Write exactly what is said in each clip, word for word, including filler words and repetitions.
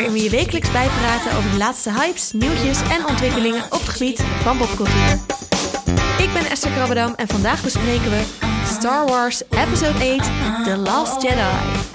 waarin we je wekelijks bijpraten over de laatste hypes, nieuwtjes en ontwikkelingen op het gebied van popcultuur. Ik ben Esther Krabbedam en vandaag bespreken we Star Wars Episode acht, The Last Jedi.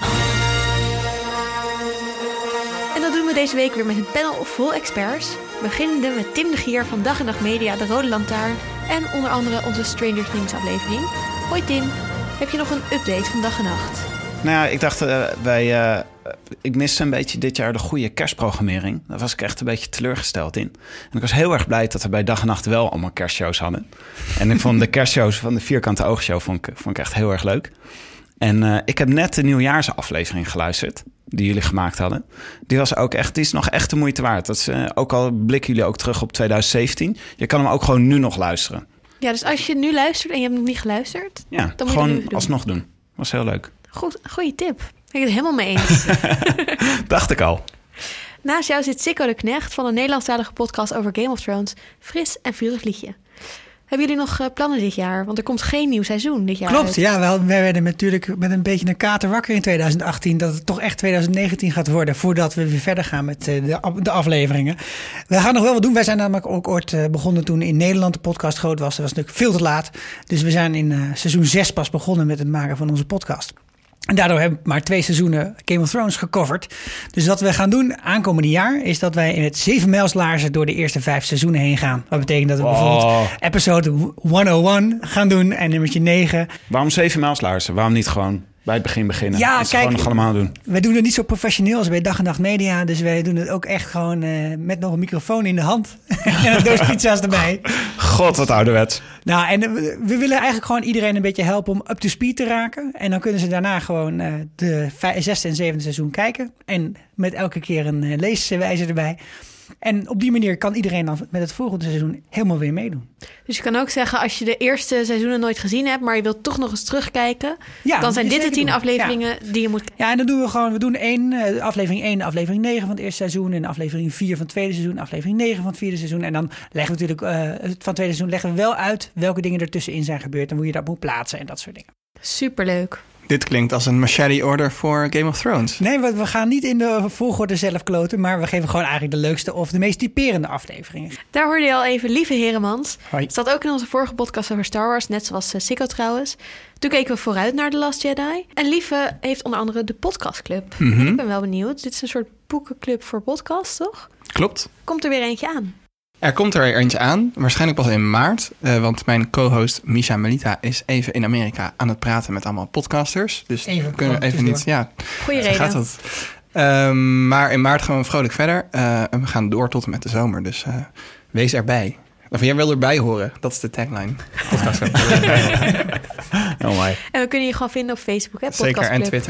En dat doen we deze week weer met een panel vol experts. Beginnende met Tim de Gier van Dag en Nacht Media, De Rode Lantaarn en onder andere onze Stranger Things aflevering. Hoi Tim, heb je nog een update van Dag en Nacht? Nou ja, ik dacht, uh, wij, uh, ik miste een beetje dit jaar de goede kerstprogrammering. Daar was ik echt een beetje teleurgesteld in. En ik was heel erg blij dat we bij Dag en Nacht wel allemaal kerstshows hadden. En ik vond de kerstshows van de Vierkante Oogshow vond ik, vond ik echt heel erg leuk. En uh, ik heb net de nieuwjaarsaflevering geluisterd die jullie gemaakt hadden. Die was ook echt, die is nog echt de moeite waard. Dat is, uh, ook al blikken jullie ook terug op twintig zeventien. Je kan hem ook gewoon nu nog luisteren. Ja, dus als je nu luistert en je hebt nog niet geluisterd, ja, dan gewoon moet je het alsnog doen. Was heel leuk. Goed, goede tip. Ben ik het helemaal mee eens. Dacht ik al. Naast jou zit Sikko de Knecht van een Nederlandstalige podcast over Game of Thrones. Fris en vurig liedje. Hebben jullie nog uh, plannen dit jaar? Want er komt geen nieuw seizoen dit jaar. Klopt, uit. ja. Wij, wij werden natuurlijk met een beetje een kater wakker in twintig achttien... dat het toch echt twintig negentien gaat worden voordat we weer verder gaan met uh, de, de afleveringen. We gaan nog wel wat doen. Wij zijn namelijk ook ooit uh, begonnen toen in Nederland de podcast groot was. Dat was natuurlijk veel te laat. Dus we zijn in uh, seizoen zes pas begonnen met het maken van onze podcast. En daardoor hebben we maar twee seizoenen Game of Thrones gecoverd. Dus wat we gaan doen aankomende jaar is dat wij in het zeven mijlslaarzen door de eerste vijf seizoenen heen gaan. Dat betekent dat we oh. bijvoorbeeld episode honderdéén gaan doen en nummertje negen. Waarom zeven mijlslaarzen? Waarom niet gewoon bij het begin beginnen? Ja, kijk, gewoon nog allemaal doen. We doen het niet zo professioneel als bij Dag en Nacht Media. Dus wij doen het ook echt gewoon uh, met nog een microfoon in de hand. En een doos pizza's erbij. God, wat ouderwets. Nou, en we, we willen eigenlijk gewoon iedereen een beetje helpen om up to speed te raken. En dan kunnen ze daarna gewoon uh, de vijf, zesde en zevende seizoen kijken. En met elke keer een uh, leeswijzer erbij. En op die manier kan iedereen dan met het volgende seizoen helemaal weer meedoen. Dus je kan ook zeggen, als je de eerste seizoenen nooit gezien hebt, maar je wilt toch nog eens terugkijken, ja, dan zijn dit de tien doen. afleveringen ja. die je moet kijken. Ja, en dan doen we gewoon, we doen één, uh, aflevering één, aflevering negen van het eerste seizoen en aflevering vier van het tweede seizoen, aflevering negen van het vierde seizoen. En dan leggen we natuurlijk, uh, van het tweede seizoen leggen we wel uit welke dingen ertussenin zijn gebeurd en hoe je dat moet plaatsen en dat soort dingen. Superleuk. Dit klinkt als een machete order voor Game of Thrones. Nee, we, we gaan niet in de volgorde zelf kloten, maar we geven gewoon eigenlijk de leukste of de meest typerende afleveringen. Daar hoorde je al even Lieve Heremans. Hoi. Staat ook in onze vorige podcast over Star Wars, net zoals uh, Sikko trouwens. Toen keken we vooruit naar The Last Jedi. En Lieve heeft onder andere de podcastclub. Mm-hmm. En ik ben wel benieuwd. Dit is een soort boekenclub voor podcasts, toch? Klopt. Komt er weer eentje aan? Er komt er eentje aan, waarschijnlijk pas in maart. Uh, want mijn co-host Misha Melita is even in Amerika aan het praten met allemaal podcasters. Dus even, we kunnen even niet... Ja, goeie reden. Gaat dat. Um, maar in maart gaan we vrolijk verder. Uh, en we gaan door tot en met de zomer. Dus uh, wees erbij. Of jij wil erbij horen. Dat is de tagline. Podcast. Oh my. En we kunnen je gewoon vinden op Facebook, hè? Zeker, en Twitter.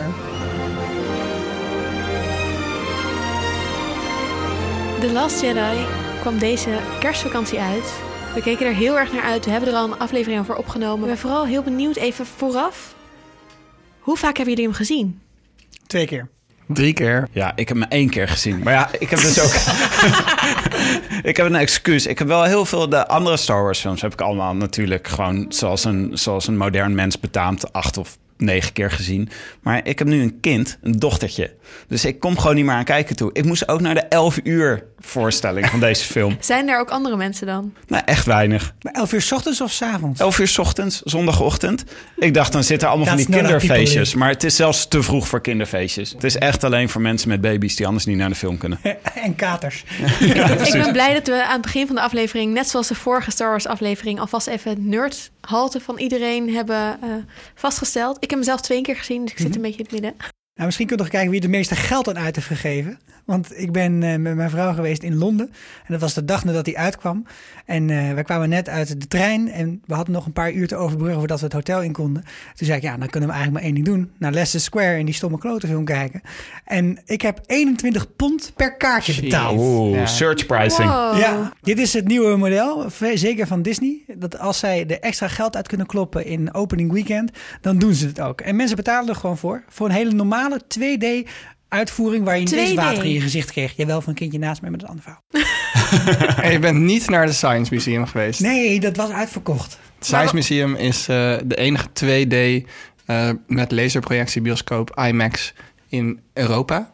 The Last Jedi kwam deze kerstvakantie uit. We keken er heel erg naar uit. We hebben er al een aflevering over opgenomen. Ik ben vooral heel benieuwd, even vooraf. Hoe vaak hebben jullie hem gezien? Twee keer. Drie keer. Ja, ik heb hem één keer gezien. Maar ja, ik heb dus ook... ik heb een excuus. Ik heb wel heel veel... De andere Star Wars films heb ik allemaal natuurlijk gewoon... zoals een, zoals een modern mens betaamt... acht of negen keer gezien. Maar ik heb nu een kind, een dochtertje. Dus ik kom gewoon niet meer aan kijken toe. Ik moest ook naar de elf uur voorstelling van deze film. Zijn er ook andere mensen dan? Nou, echt weinig. Maar elf uur 's ochtends of 's avonds? elf uur 's ochtends, zondagochtend. Ik dacht, dan zitten allemaal van die kinderfeestjes. Maar het is zelfs te vroeg voor kinderfeestjes. Het is echt alleen voor mensen met baby's die anders niet naar de film kunnen. En katers. Ja, ik ben blij dat we aan het begin van de aflevering, net zoals de vorige Star Wars aflevering, alvast even het nerdhalte van iedereen hebben uh, vastgesteld. Ik heb hem zelf twee keer gezien, dus ik zit een beetje in het midden. Nou, misschien kun je nog kijken wie de meeste geld aan uit heeft gegeven. Want ik ben uh, met mijn vrouw geweest in Londen. En dat was de dag nadat hij uitkwam. En uh, wij kwamen net uit de trein. En we hadden nog een paar uur te overbruggen voordat we het hotel in konden. Toen zei ik, ja, dan kunnen we eigenlijk maar één ding doen. Naar Leicester Square in die stomme klotenfilm kijken. En ik heb eenentwintig pond per kaartje betaald. Oeh, ja. Surge pricing. Wow. Ja, dit is het nieuwe model, zeker van Disney. Dat als zij er extra geld uit kunnen kloppen in opening weekend, dan doen ze het ook. En mensen betalen er gewoon voor. Voor een hele normale twee D uitvoering waar je niet eens water in je gezicht kreeg. Jawel, van een kindje naast mij met een ander verhaal. En je bent niet naar de Science Museum geweest? Nee, dat was uitverkocht. Het Science Museum is uh, de enige twee D uh, met laserprojectiebioscoop IMAX in Europa.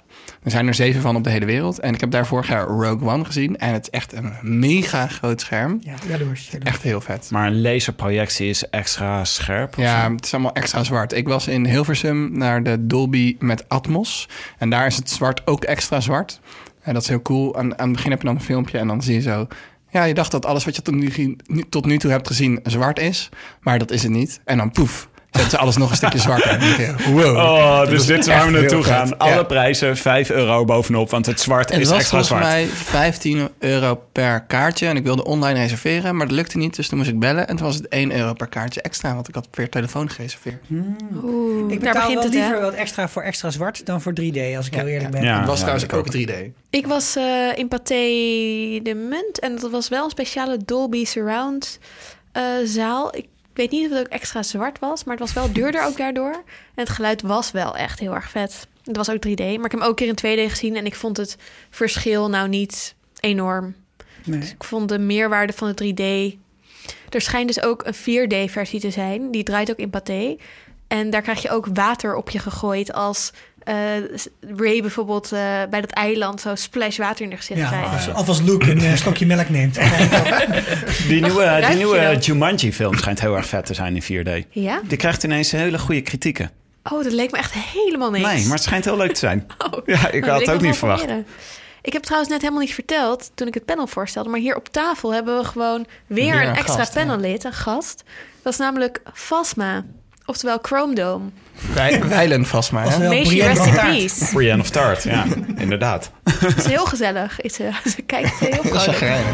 Er zijn er zeven van op de hele wereld. En ik heb daar vorig jaar Rogue One gezien. En het is echt een mega groot scherm. Ja, jaloers. jaloers. Echt heel vet. Maar een laserprojectie is extra scherp? of Ja, zo? het is allemaal extra zwart. Ik was in Hilversum naar de Dolby met Atmos. En daar is het zwart ook extra zwart. En dat is heel cool. Aan, aan het begin heb je dan een filmpje en dan zie je zo... Ja, je dacht dat alles wat je tot nu, tot nu toe hebt gezien zwart is. Maar dat is het niet. En dan poef, zetten ze alles nog een stukje zwarter. Wow. Oh, dus dit is waar we echt naartoe heel gaan. vet. Alle Ja. prijzen vijf euro bovenop, want het zwart Het is was extra volgens zwart. mij vijftien euro per kaartje. En ik wilde online reserveren, maar dat lukte niet. Dus toen moest ik bellen. En toen was het één euro per kaartje extra. Want ik had per telefoon gereserveerd. Oeh, Ik daar betaal begint wel het, liever hè? wat extra voor extra zwart dan voor drie D, als ik Ja, heel eerlijk ja. ben. Ja. het was ja, trouwens ik ook ook. drie D. Ik was uh, in Pathé de Munt en dat was wel een speciale Dolby Surround uh, zaal. Ik weet niet of het ook extra zwart was, maar het was wel duurder ook daardoor. En het geluid was wel echt heel erg vet. Het was ook drie D, maar ik heb hem ook een keer in twee D gezien en ik vond het verschil nou niet enorm. Nee. Dus ik vond de meerwaarde van de drie D... Er schijnt dus ook een vier D-versie te zijn. Die draait ook in Pathé. En daar krijg je ook water op je gegooid als... Uh, Ray bijvoorbeeld uh, bij dat eiland zo splash water in de gezicht Ja, krijgt. als, als Luke een uh, slokje melk neemt. Die nieuwe, Ruik die je nieuwe dat? Jumanji-film schijnt heel erg vet te zijn in vier D. Ja? Die krijgt ineens hele goede kritieken. Oh, dat leek me echt helemaal niks. Nee, maar het schijnt heel leuk te zijn. Oh, Ja, ik dat had wil het ook nog niet wel verwacht. proberen. Ik heb trouwens net helemaal niet verteld toen ik het panel voorstelde. Maar hier op tafel hebben we gewoon weer, Weer een een extra gast, ja. panellid, een gast. Dat is namelijk Phasma, oftewel Chrome Dome. Wij, wijlen vast maar, hè? Oftewel- May she Brienne rest in Taart. peace. Brienne of Tart, ja, inderdaad. Het is heel gezellig. Is, uh, ze kijkt heel Dat is vrolijk. chagrijnig.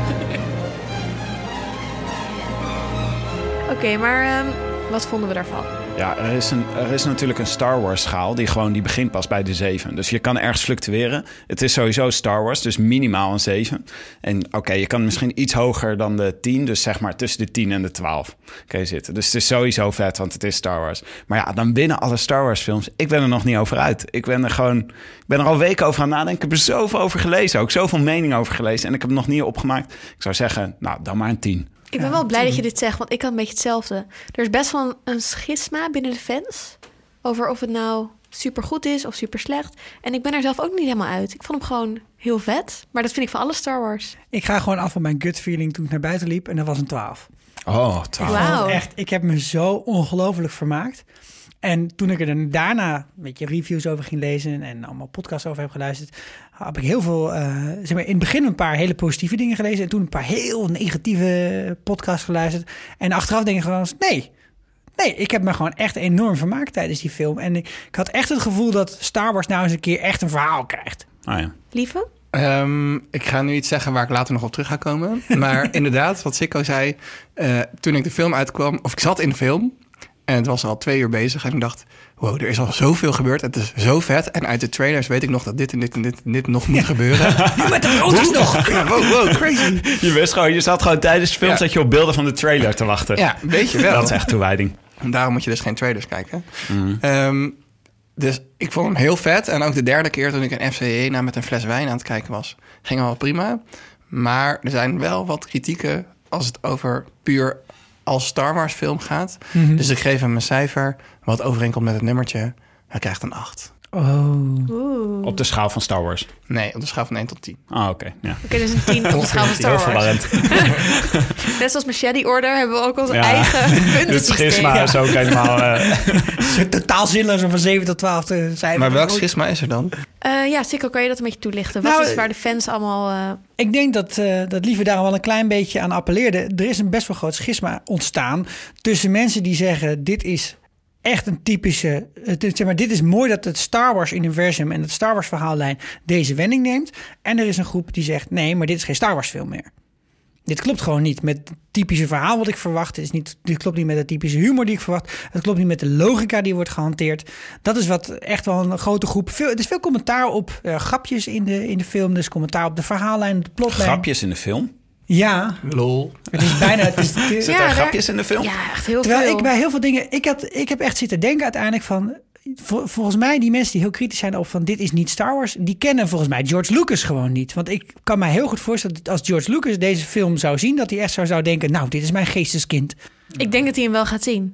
Oké, maar um, wat vonden we daarvan? Ja, er is, een, er is natuurlijk een Star Wars schaal die gewoon die begint pas bij de zeven. Dus je kan ergens fluctueren. Het is sowieso Star Wars, dus minimaal een zeven. En oké, okay, je kan misschien iets hoger dan de tien, dus zeg maar tussen de tien en de twaalf kan je zitten. Dus het is sowieso vet, want het is Star Wars. Maar ja, dan winnen alle Star Wars films. Ik ben er nog niet over uit. Ik ben er gewoon, ik ben er al weken over aan nadenken. Ik heb er zoveel over gelezen, ook zoveel mening over gelezen. En ik heb het nog niet opgemaakt. Ik zou zeggen, nou, dan maar een tien. Ik ben Ja, wel blij dat je tien. dit zegt, want ik had een beetje hetzelfde. Er is best wel een, een schisma binnen de fans over of het nou super goed is of super slecht. En ik ben er zelf ook niet helemaal uit. Ik vond hem gewoon heel vet, maar dat vind ik van alle Star Wars. Ik ga gewoon af van mijn gut feeling toen ik naar buiten liep en dat was een twaalf. Oh, twaalf. Wauw. Ik vond het echt, ik heb me zo ongelooflijk vermaakt. En toen ik er dan daarna een beetje reviews over ging lezen en allemaal podcasts over heb geluisterd, heb ik heel veel, uh, zeg maar in het begin een paar hele positieve dingen gelezen en toen een paar heel negatieve podcasts geluisterd. En achteraf denk ik gewoon, nee, nee, ik heb me gewoon echt enorm vermaakt tijdens die film. En ik, ik had echt het gevoel dat Star Wars nou eens een keer echt een verhaal krijgt. Oh ja. Lieve? Um, ik ga nu iets zeggen waar ik later nog op terug ga komen. Maar inderdaad, wat Sikko zei, uh, toen ik de film uitkwam, of ik zat in de film en het was al twee uur bezig en ik dacht, wow, er is al zoveel gebeurd. Het is zo vet. En uit de trailers weet ik nog dat dit en dit en dit en dit nog moet gebeuren. Nu met de auto's nog! Ja, wow, wow, crazy. Je wist gewoon, je zat gewoon tijdens de film Ja. zat je op beelden van de trailer te wachten. Ja, weet je wel. Dat is echt toewijding. En daarom moet je dus geen trailers kijken. Mm. Um, dus ik vond hem heel vet. En ook de derde keer toen ik een F C E na met een fles wijn aan het kijken was, ging wel prima. Maar er zijn wel wat kritieken als het over puur als Star Wars film gaat. Mm-hmm. Dus ik geef hem een cijfer wat overeenkomt met het nummertje. Hij krijgt een acht. Oh. Oeh. Op de schaal van Star Wars. Nee, op de schaal van één tot tien. Ah, oké. Okay, ja. Oké, dus een tien op de schaal van Star Heel Wars. verwarrend. Net zoals Machete Order hebben we ook onze Ja. eigen Dit puntensysteem. schisma is ook helemaal... Uh, Totaal zinloos om van zeven tot twaalf te zijn. Maar welk schisma is er dan? Uh, ja, Sikko, kan je dat een beetje toelichten? Wat Nou, is waar de fans allemaal... Uh... Ik denk dat, uh, dat Lieve daar wel een klein beetje aan appelleerde. Er is een best wel groot schisma ontstaan tussen mensen die zeggen, dit is echt een typische... Het, zeg maar, dit is mooi dat het Star Wars-universum en het Star Wars-verhaallijn deze wending neemt. En er is een groep die zegt, nee, maar dit is geen Star Wars-film meer. Dit klopt gewoon niet met het typische verhaal wat ik verwacht. Dit, is niet, dit klopt niet met de typische humor die ik verwacht. Het klopt niet met de logica die wordt gehanteerd. Dat is wat echt wel een grote groep... Veel, er is veel commentaar op uh, grapjes in de, in de film. Dus commentaar op de verhaallijn, de plotlijn. grapjes in de film? Ja. Lol. Het is bijna... Het is, het is, Ja, Zitten er daar- grapjes in de film? Ja, echt heel terwijl veel. ik bij heel veel dingen... Ik, had, ik heb echt zitten denken uiteindelijk van... Vol, volgens mij die mensen die heel kritisch zijn op van dit is niet Star Wars, die kennen volgens mij George Lucas gewoon niet. Want ik kan mij heel goed voorstellen dat als George Lucas deze film zou zien, dat hij echt zou, zou denken, nou, dit is mijn geesteskind. Ik denk dat hij hem wel gaat zien.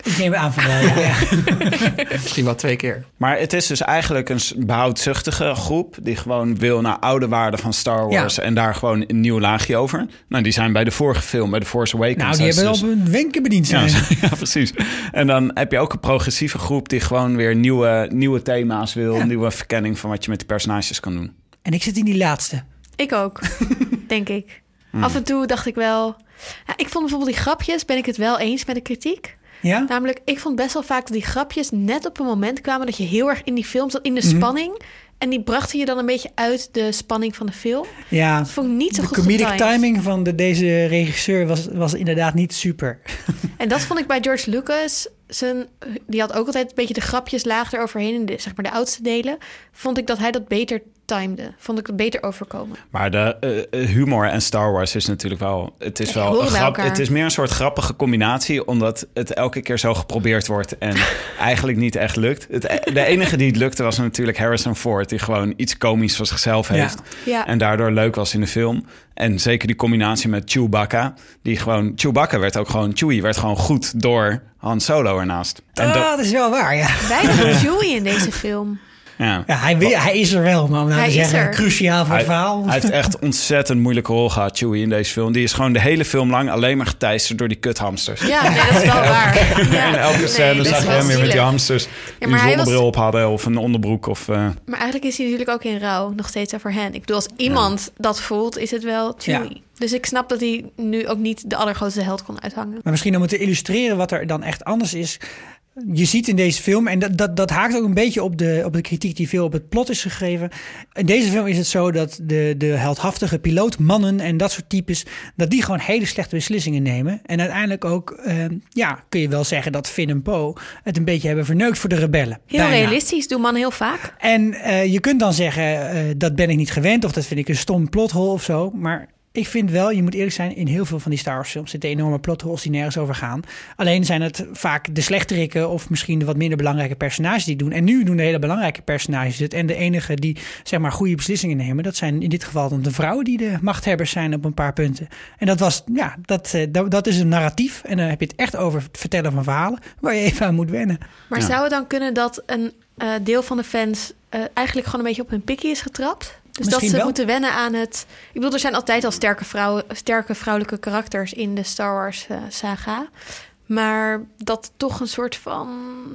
Ik neem aan van wel, ja. ja. Misschien wel twee keer. Maar het is dus eigenlijk een behoudzuchtige groep die gewoon wil naar oude waarden van Star Wars ja. en daar gewoon een nieuw laagje over. Nou, die zijn bij de vorige film, bij The Force Awakens. Nou, die hebben dus... op een wenken bediend zijn. Ja, ja, precies. En dan heb je ook een progressieve groep die gewoon weer nieuwe, nieuwe thema's wil, ja. nieuwe verkenning van wat je met de personages kan doen. En ik zit in die laatste. Ik ook, denk ik. Hmm. Af en toe dacht ik wel... Ja, ik vond bijvoorbeeld die grapjes, ben ik het wel eens met de kritiek. Ja? Namelijk, ik vond best wel vaak dat die grapjes net op een moment kwamen dat je heel erg in die film zat, in de Mm-hmm. spanning. En die brachten je dan een beetje uit de spanning van de film. Ja, dat vond ik niet zo de goed comedic getimed. timing van de, deze regisseur was, was inderdaad niet super. En dat vond ik bij George Lucas. Zijn, die had ook altijd een beetje de grapjes laag eroverheen. In de, zeg maar de oudste delen. Vond ik dat hij dat beter timede. Vond ik het beter overkomen. Maar de uh, humor en Star Wars is natuurlijk wel... Het is, wel een grap, het is meer een soort grappige combinatie, omdat het elke keer zo geprobeerd wordt en eigenlijk niet echt lukt. Het, de enige die het lukte was natuurlijk Harrison Ford, die gewoon iets komisch van zichzelf heeft. Ja. Ja. En daardoor leuk was in de film. En zeker die combinatie met Chewbacca. Die gewoon, Chewbacca werd ook gewoon... Chewie werd gewoon goed door Han Solo ernaast. En oh, do- dat is wel waar, ja. Weinig Chewie in deze film. Ja, ja hij, wil, hij is er wel, maar om nou hij te zeggen, er. cruciaal voor hij, het verhaal. Hij heeft echt ontzettend moeilijke rol gehad, Chewie, in deze film. Die is gewoon de hele film lang alleen maar geteisterd door die kuthamsters. Ja, nee, dat is wel waar. Ja. En elke scène nee, zag je hem weer met die hamsters die maar een hij zonnebril was... op hadden of een onderbroek. Of, uh... Maar eigenlijk is hij natuurlijk ook in rouw nog steeds over hen. Ik bedoel, als iemand ja. dat voelt, is het wel Chewie. Ja. Dus ik snap dat hij nu ook niet de allergrootste held kon uithangen. Maar misschien om te illustreren wat er dan echt anders is. Je ziet in deze film, en dat, dat, dat haakt ook een beetje op de, op de kritiek die veel op het plot is gegeven. In deze film is het zo dat de, de heldhaftige pilootmannen en dat soort types, dat die gewoon hele slechte beslissingen nemen. En uiteindelijk ook, uh, ja, kun je wel zeggen dat Finn en Poe het een beetje hebben verneukt voor de rebellen. Heel bijna. realistisch, doen mannen heel vaak. En uh, je kunt dan zeggen, uh, dat ben ik niet gewend of dat vind ik een stom plothole of zo, maar... Ik vind wel, je moet eerlijk zijn, in heel veel van die Star Wars films zitten enorme plotholes die nergens over gaan. Alleen zijn het vaak de slechterikken of misschien de wat minder belangrijke personages die het doen. En nu doen de hele belangrijke personages het. En de enige die, zeg maar, goede beslissingen nemen, dat zijn in dit geval dan de vrouwen die de machthebbers zijn op een paar punten. En dat was, ja, dat, dat, dat is een narratief. En dan heb je het echt over het vertellen van verhalen waar je even aan moet wennen. Maar Ja. zou het dan kunnen dat een uh, deel van de fans uh, eigenlijk gewoon een beetje op hun pikkie is getrapt? Dus Misschien dat ze wel. moeten wennen aan het... Ik bedoel, er zijn altijd al sterke, vrouwen, sterke vrouwelijke karakters in de Star Wars uh, saga. Maar dat toch een soort van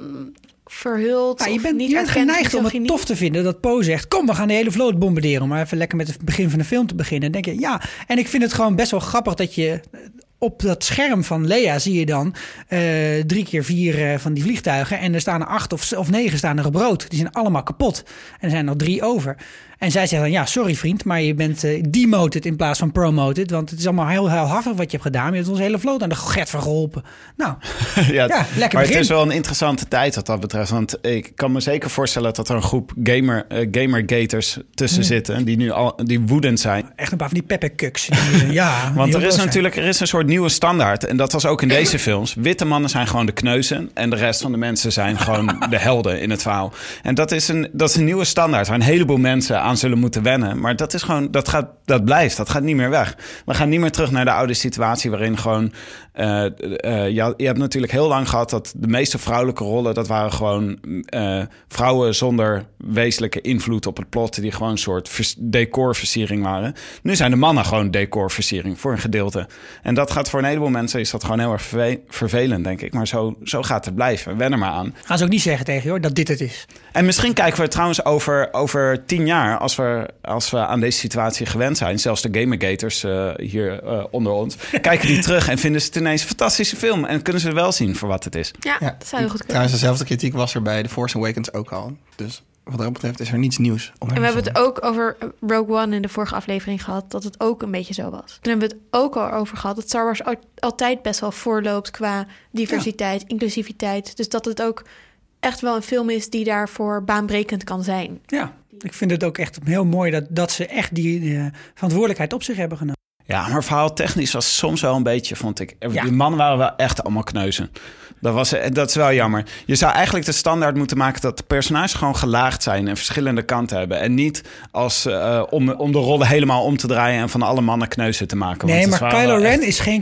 verhuld... Ja, je of bent, niet je bent erkend geneigd om het misogynie. tof te vinden dat Poe zegt... kom, we gaan de hele vloot bombarderen. Om maar even lekker met het begin van de film te beginnen. Dan denk je, ja. En ik vind het gewoon best wel grappig dat je... Op dat scherm van Leia zie je dan uh, drie keer vier uh, van die vliegtuigen. En er staan er acht of, of negen staan er op rood. Die zijn allemaal kapot. En er zijn nog drie over. En zij zegt dan, ja, sorry vriend, maar je bent uh, demoted in plaats van promoted. Want het is allemaal heel, heel hafig wat je hebt gedaan. Je hebt onze hele vloot aan de get van geholpen. Nou, ja, ja, lekker maar begin. het is wel een interessante tijd wat dat betreft. Want ik kan me zeker voorstellen dat er een groep gamer, uh, gamergaters tussen Hmm. zitten. Die nu al die woedend zijn. Echt een paar van die peppercucks. Die, ja, Want die er heel is boos natuurlijk er is een soort nieuwe standaard. En dat was ook in deze films. Witte mannen zijn gewoon de kneuzen. En de rest van de mensen zijn gewoon de helden in het verhaal. En dat is een, dat is een nieuwe standaard waar een heleboel mensen aan zullen moeten wennen. Maar dat is gewoon, dat gaat, dat blijft. Dat gaat niet meer weg. We gaan niet meer terug naar de oude situatie waarin gewoon... Uh, uh, je, je hebt natuurlijk heel lang gehad dat de meeste vrouwelijke rollen... dat waren gewoon uh, vrouwen zonder wezenlijke invloed op het plot... die gewoon een soort vers- decorversiering waren. Nu zijn de mannen gewoon decorversiering voor een gedeelte. En dat gaat voor een heleboel mensen... is dat gewoon heel erg verve- vervelend, denk ik. Maar zo, zo gaat het blijven. Wen er maar aan. Gaan ze ook niet zeggen tegen je hoor, dat dit het is. En misschien kijken we trouwens over, over tien jaar... Als we, als we aan deze situatie gewend zijn... zelfs de gamergaters uh, hier uh, onder ons... kijken die terug en vinden ze het ineens een fantastische film... en kunnen ze wel zien voor wat het is. Ja, Ja. dat zou heel goed kunnen. Trouwens, dezelfde kritiek was er bij The Force Awakens ook al. Dus wat dat betreft is er niets nieuws. Om En we hebben het ook over Rogue One in de vorige aflevering gehad... dat het ook een beetje zo was. Toen hebben we het ook al over gehad... dat Star Wars altijd best wel voorloopt qua diversiteit, ja. inclusiviteit. Dus dat het ook echt wel een film is die daarvoor baanbrekend kan zijn. Ja, ik vind het ook echt heel mooi dat, dat ze echt die uh, verantwoordelijkheid op zich hebben genomen. Ja, maar verhaaltechnisch was soms wel een beetje, vond ik. Ja. Die mannen waren wel echt allemaal kneuzen. Dat, was, dat is wel jammer. Je zou eigenlijk de standaard moeten maken dat de personages gewoon gelaagd zijn en verschillende kanten hebben. En niet als uh, om, om de rollen helemaal om te draaien en van alle mannen kneuzen te maken. Nee, Want maar Kylo Ren echt... is geen kneus.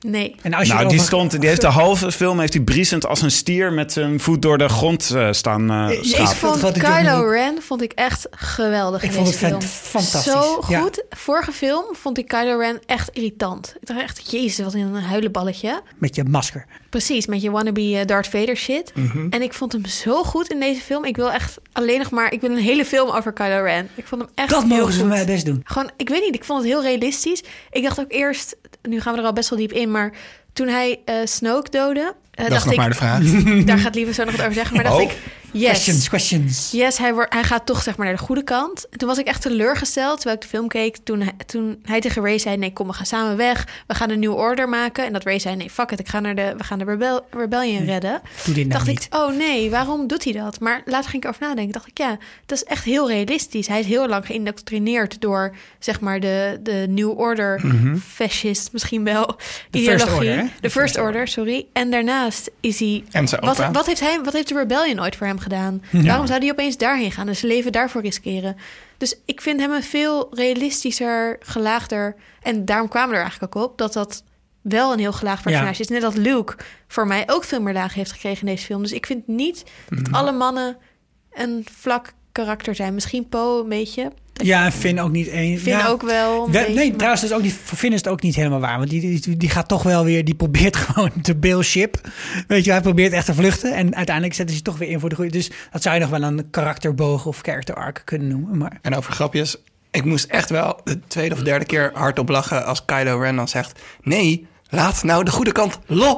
Nee. En als je Nou, over... die, stond, die heeft de halve film heeft hij briesend als een stier met zijn voet door de grond uh, staan uh, Ik Ik schapen. vond Wat ik Kylo ook- Ren vond ik echt geweldig Ik in vond deze het film. fantastisch. Zo Ja. goed. Vorige film vond ik Kylo Ren echt irritant. Ik dacht echt, jezus, wat een huilenballetje. Met je masker. Precies, met je wannabe uh, Darth Vader shit. Mhm. En ik vond hem zo goed in deze film. Ik wil echt alleen nog maar... Ik wil een hele film over Kylo Ren. Ik vond hem echt Dat heel mogen goed. ze mij best doen. Gewoon, ik weet niet, ik vond het heel realistisch. Ik dacht ook eerst, nu gaan we er al best wel diep in, maar toen hij uh, Snoke doodde, uh, Dat is dacht nog ik, maar de vraag. daar gaat Lieve zo nog wat over zeggen, maar dacht Oh. ik, yes, Questions, questions. yes, hij, wordt, hij gaat toch zeg maar naar de goede kant. En toen was ik echt teleurgesteld, terwijl ik de film keek, toen hij, toen hij tegen Rey zei, nee, kom, we gaan samen weg, we gaan een New Order maken. En dat Rey zei, nee, fuck it, ik ga naar de, we gaan de rebel, Rebellion redden. Doe dit nou dacht niet. ik, oh nee, waarom doet hij dat? Maar later ging ik erover nadenken. Dacht ik, ja, dat is echt heel realistisch. Hij is heel lang geïndoctrineerd door, zeg maar, de, de New Order Mhm. fascist misschien wel. De ideologie. First Order, hè? De First Order, sorry. En daarnaast is hij... En zijn Wat, opa. wat, heeft hij, wat heeft de Rebellion ooit voor hem gedaan? Waarom zou hij opeens daarheen gaan en zijn leven daarvoor riskeren? Dus ik vind hem een veel realistischer, gelaagder... En daarom kwamen we er eigenlijk ook op dat dat wel een heel gelaagd personage is. Net als Luke voor mij ook veel meer lagen heeft gekregen in deze film. Dus ik vind niet dat alle mannen een vlak karakter zijn. Misschien Poe een beetje. Ja, en Finn ook niet één. Ik vind ja, ook wel een we- beetje, nee, maar- trouwens, dus ook die, voor Finn is het ook niet helemaal waar. Want die, die, die gaat toch wel weer... Die probeert gewoon te bail ship. Weet je, hij probeert echt te vluchten. En uiteindelijk zetten ze toch weer in voor de goede. Dus dat zou je nog wel een karakterboog of character arc kunnen noemen. Maar En over grapjes. Ik moest echt wel de tweede of derde keer hardop lachen als Kylo Ren dan zegt... Nee, laat nou de goede kant los.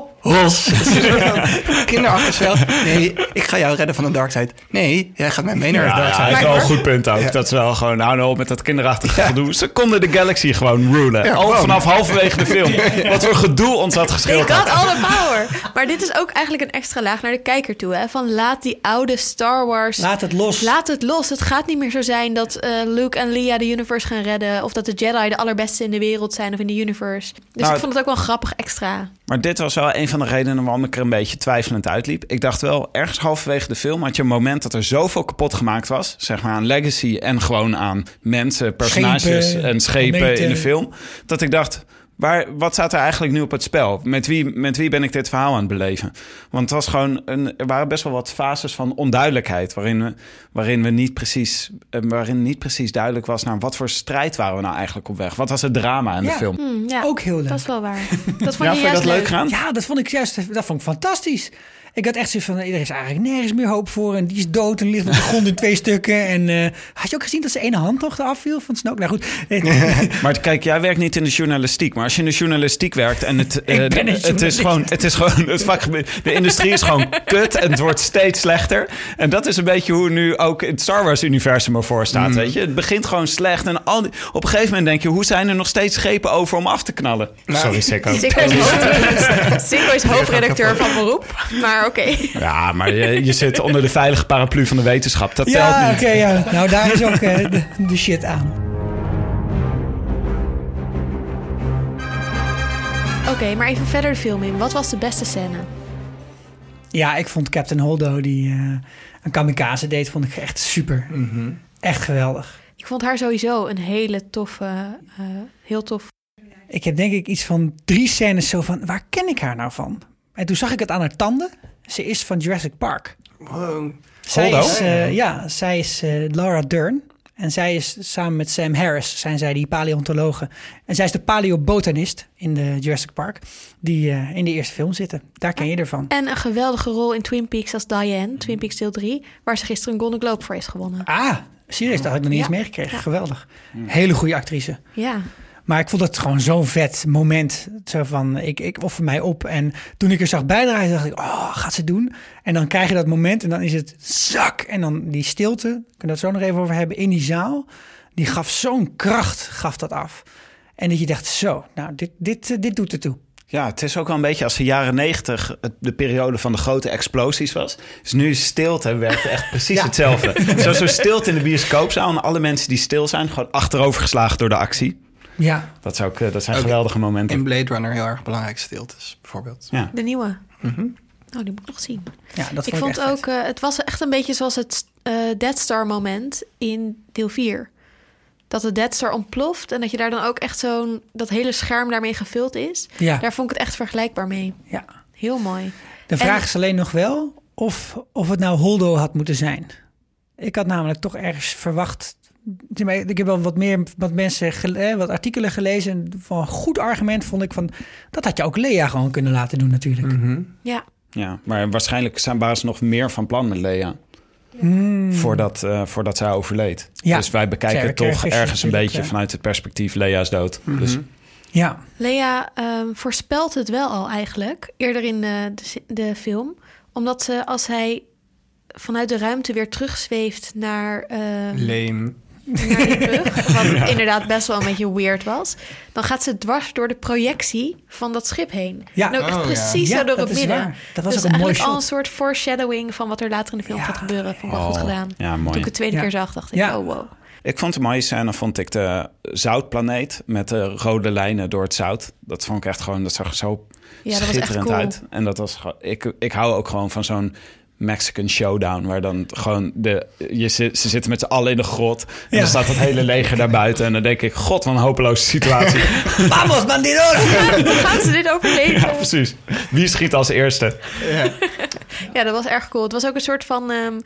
Kinderachtig zelf. Nee, ik ga jou redden van de dark side. Nee, jij gaat mij mee naar de Ja, dark ja, side. hij heeft Maar- wel een goed punt ook. Ja. Dat is wel gewoon, nou nou, met dat kinderachtige gedoe. Ze konden de Galaxy gewoon rulen. Ja, Al gewoon. vanaf halverwege de film. Wat voor gedoe ons had They gescheeld. got all the power. Maar dit is ook eigenlijk een extra laag naar de kijker toe. Hè? Van laat die oude Star Wars... laat het los. Laat het los. Het gaat niet meer zo zijn dat uh, Luke en Leia de universe gaan redden. Of dat de Jedi de allerbeste in de wereld zijn of in de universe. Dus Nou, ik vond het ook wel een grappig extra. Maar dit was wel een van de redenen waarom ik er een beetje twijfelend uitliep. Ik dacht wel, ergens halverwege de film had je een moment dat er zoveel kapot gemaakt was. Zeg maar aan legacy en gewoon aan mensen, personages Schepen, en schepen planeten. in de film. Dat ik dacht, waar, wat staat er eigenlijk nu op het spel? Met wie, met wie ben ik dit verhaal aan het beleven? Want het was gewoon een, er waren best wel wat fases van onduidelijkheid. Waarin we, waarin we niet precies, eh, waarin niet precies duidelijk was naar wat voor strijd waren we nou eigenlijk op weg. Wat was het drama in Ja. de film? Hm, ja, Ook heel leuk. dat is wel waar. Dat vond Ja, je vond je juist dat leuk gaan? Ja, dat vond ik juist dat vond ik fantastisch. Ik had echt zoiets van, er is eigenlijk nergens meer hoop voor. En die is dood en ligt op de grond in twee stukken. En uh, had je ook gezien dat zijn ene hand nog eraf viel van Snoke? Nou goed. Maar kijk, jij werkt niet in de journalistiek. Maar als je in de journalistiek werkt en het, Ik eh, ben een het is journalist. gewoon, het is gewoon het vakgebied. De industrie is gewoon kut en het wordt steeds slechter. En dat is een beetje hoe nu ook het Star Wars universum ervoor staat. Mm. Weet je, het begint gewoon slecht en al die, op een gegeven moment denk je, hoe zijn er nog steeds schepen over om af te knallen? Nou, Sorry, Sikko. Sikko is, hoofd- Sikko is hoofdredacteur van beroep. Maar oké. Ja, maar je, je zit onder de veilige paraplu van de wetenschap. Dat Ja, telt oké. niet. ja. Nou, daar is ook uh, de, de shit aan. Oké, okay, maar even verder de film in. Wat was de beste scène? Ja, ik vond Captain Holdo die uh, een kamikaze deed, vond ik echt super. Mm-hmm. Echt geweldig. Ik vond haar sowieso een hele toffe, uh, heel tof. Ik heb denk ik iets van drie scènes zo van, waar ken ik haar nou van? En toen zag ik het aan haar tanden. Ze is van Jurassic Park. Wow. Zij Holdo? is, uh, ja, zij is uh, Laura Dern. En zij is samen met Sam Harris, zijn zij die paleontologen. En zij is de paleobotanist in de Jurassic Park, die uh, in de eerste film zitten. Daar ken je ervan. En een geweldige rol in Twin Peaks als Diane, Twin Peaks deel drie, waar ze gisteren een Golden Globe voor heeft gewonnen. Ah, serieus, dat had ik nog niet Ja. eens meegekregen. Ja. Geweldig. Hele goede actrice. Ja. Maar ik vond het gewoon zo'n vet moment. Zo van, ik, ik offer mij op. En toen ik er zag bijdragen, dacht ik, oh, gaat ze doen? En dan krijg je dat moment en dan is het zak. En dan die stilte, ik kan het zo nog even over hebben, in die zaal. Die gaf zo'n kracht, gaf dat af. En dat je dacht, zo, nou, dit, dit, dit doet ertoe. Ja, het is ook wel een beetje als de jaren negentig de periode van de grote explosies was. Dus nu is stilte werkt echt precies Ja. hetzelfde. Zoals zo stilte in de bioscoopzaal en alle mensen die stil zijn, gewoon achterovergeslagen door de actie. Ja, Dat, is ook, eh, dat zijn Ook geweldige momenten. In Blade Runner heel erg belangrijk stiltes, bijvoorbeeld. Ja. De nieuwe. Mm-hmm. Oh, die moet ik nog zien. ja dat Ik vond ik vond echt ook, uh, het was echt een beetje zoals het uh, Death Star moment in deel vier. dat de Death Star ontploft en dat je daar dan ook echt zo'n... dat hele scherm daarmee gevuld is. Ja. Daar vond ik het echt vergelijkbaar mee. Ja. Heel mooi. De vraag En- is alleen nog wel of, of het nou Holdo had moeten zijn. Ik had namelijk toch ergens verwacht... Ik heb wel wat meer wat mensen, gele- wat artikelen gelezen. En van een goed argument vond ik van... dat had je ook Leia gewoon kunnen laten doen natuurlijk. Mm-hmm. Ja. Ja, maar waarschijnlijk zijn baas nog meer van plan met Leia. Hmm. Voordat, uh, voordat zij overleed. Ja. Dus wij bekijken Sarah het toch Carter is ergens een natuurlijk, beetje ja. vanuit het perspectief Leia is dood. Mm-hmm. Dus Ja, Leia um, voorspelt het wel al eigenlijk, eerder in de, de, de film. Omdat ze, als hij vanuit de ruimte weer terugzweeft naar... Uh, Leem. naar die brug, wat ja. inderdaad best wel een beetje weird was... dan gaat ze dwars door de projectie van dat schip heen. Ja. En ook echt Oh, precies ja. zo door dat het is midden. waar. Dat was dus ook een mooi eigenlijk shot. al een soort foreshadowing... van wat er later in de film Ja. gaat gebeuren. Vond ik wel Oh, goed gedaan. ja, mooi. Toen ik het tweede Ja. keer zag, dacht ik, Ja. oh wow. Ik vond de mooie scène, vond ik de zoutplaneet met de rode lijnen door het zout. Dat vond ik echt gewoon, dat zag er zo Ja, dat was echt schitterend cool. uit. En dat was gewoon, ik, ik hou ook gewoon van zo'n Mexican showdown, waar dan gewoon de, je zit, ze zitten met z'n allen in de grot en Ja. dan staat dat hele leger daar buiten en dan denk ik, god, wat een hopeloze situatie. Vamos, bandidos! Hoe gaan ze dit overleven? Ja, precies. Wie schiet als eerste? Ja. Ja, dat was erg cool. Het was ook een soort van... Um,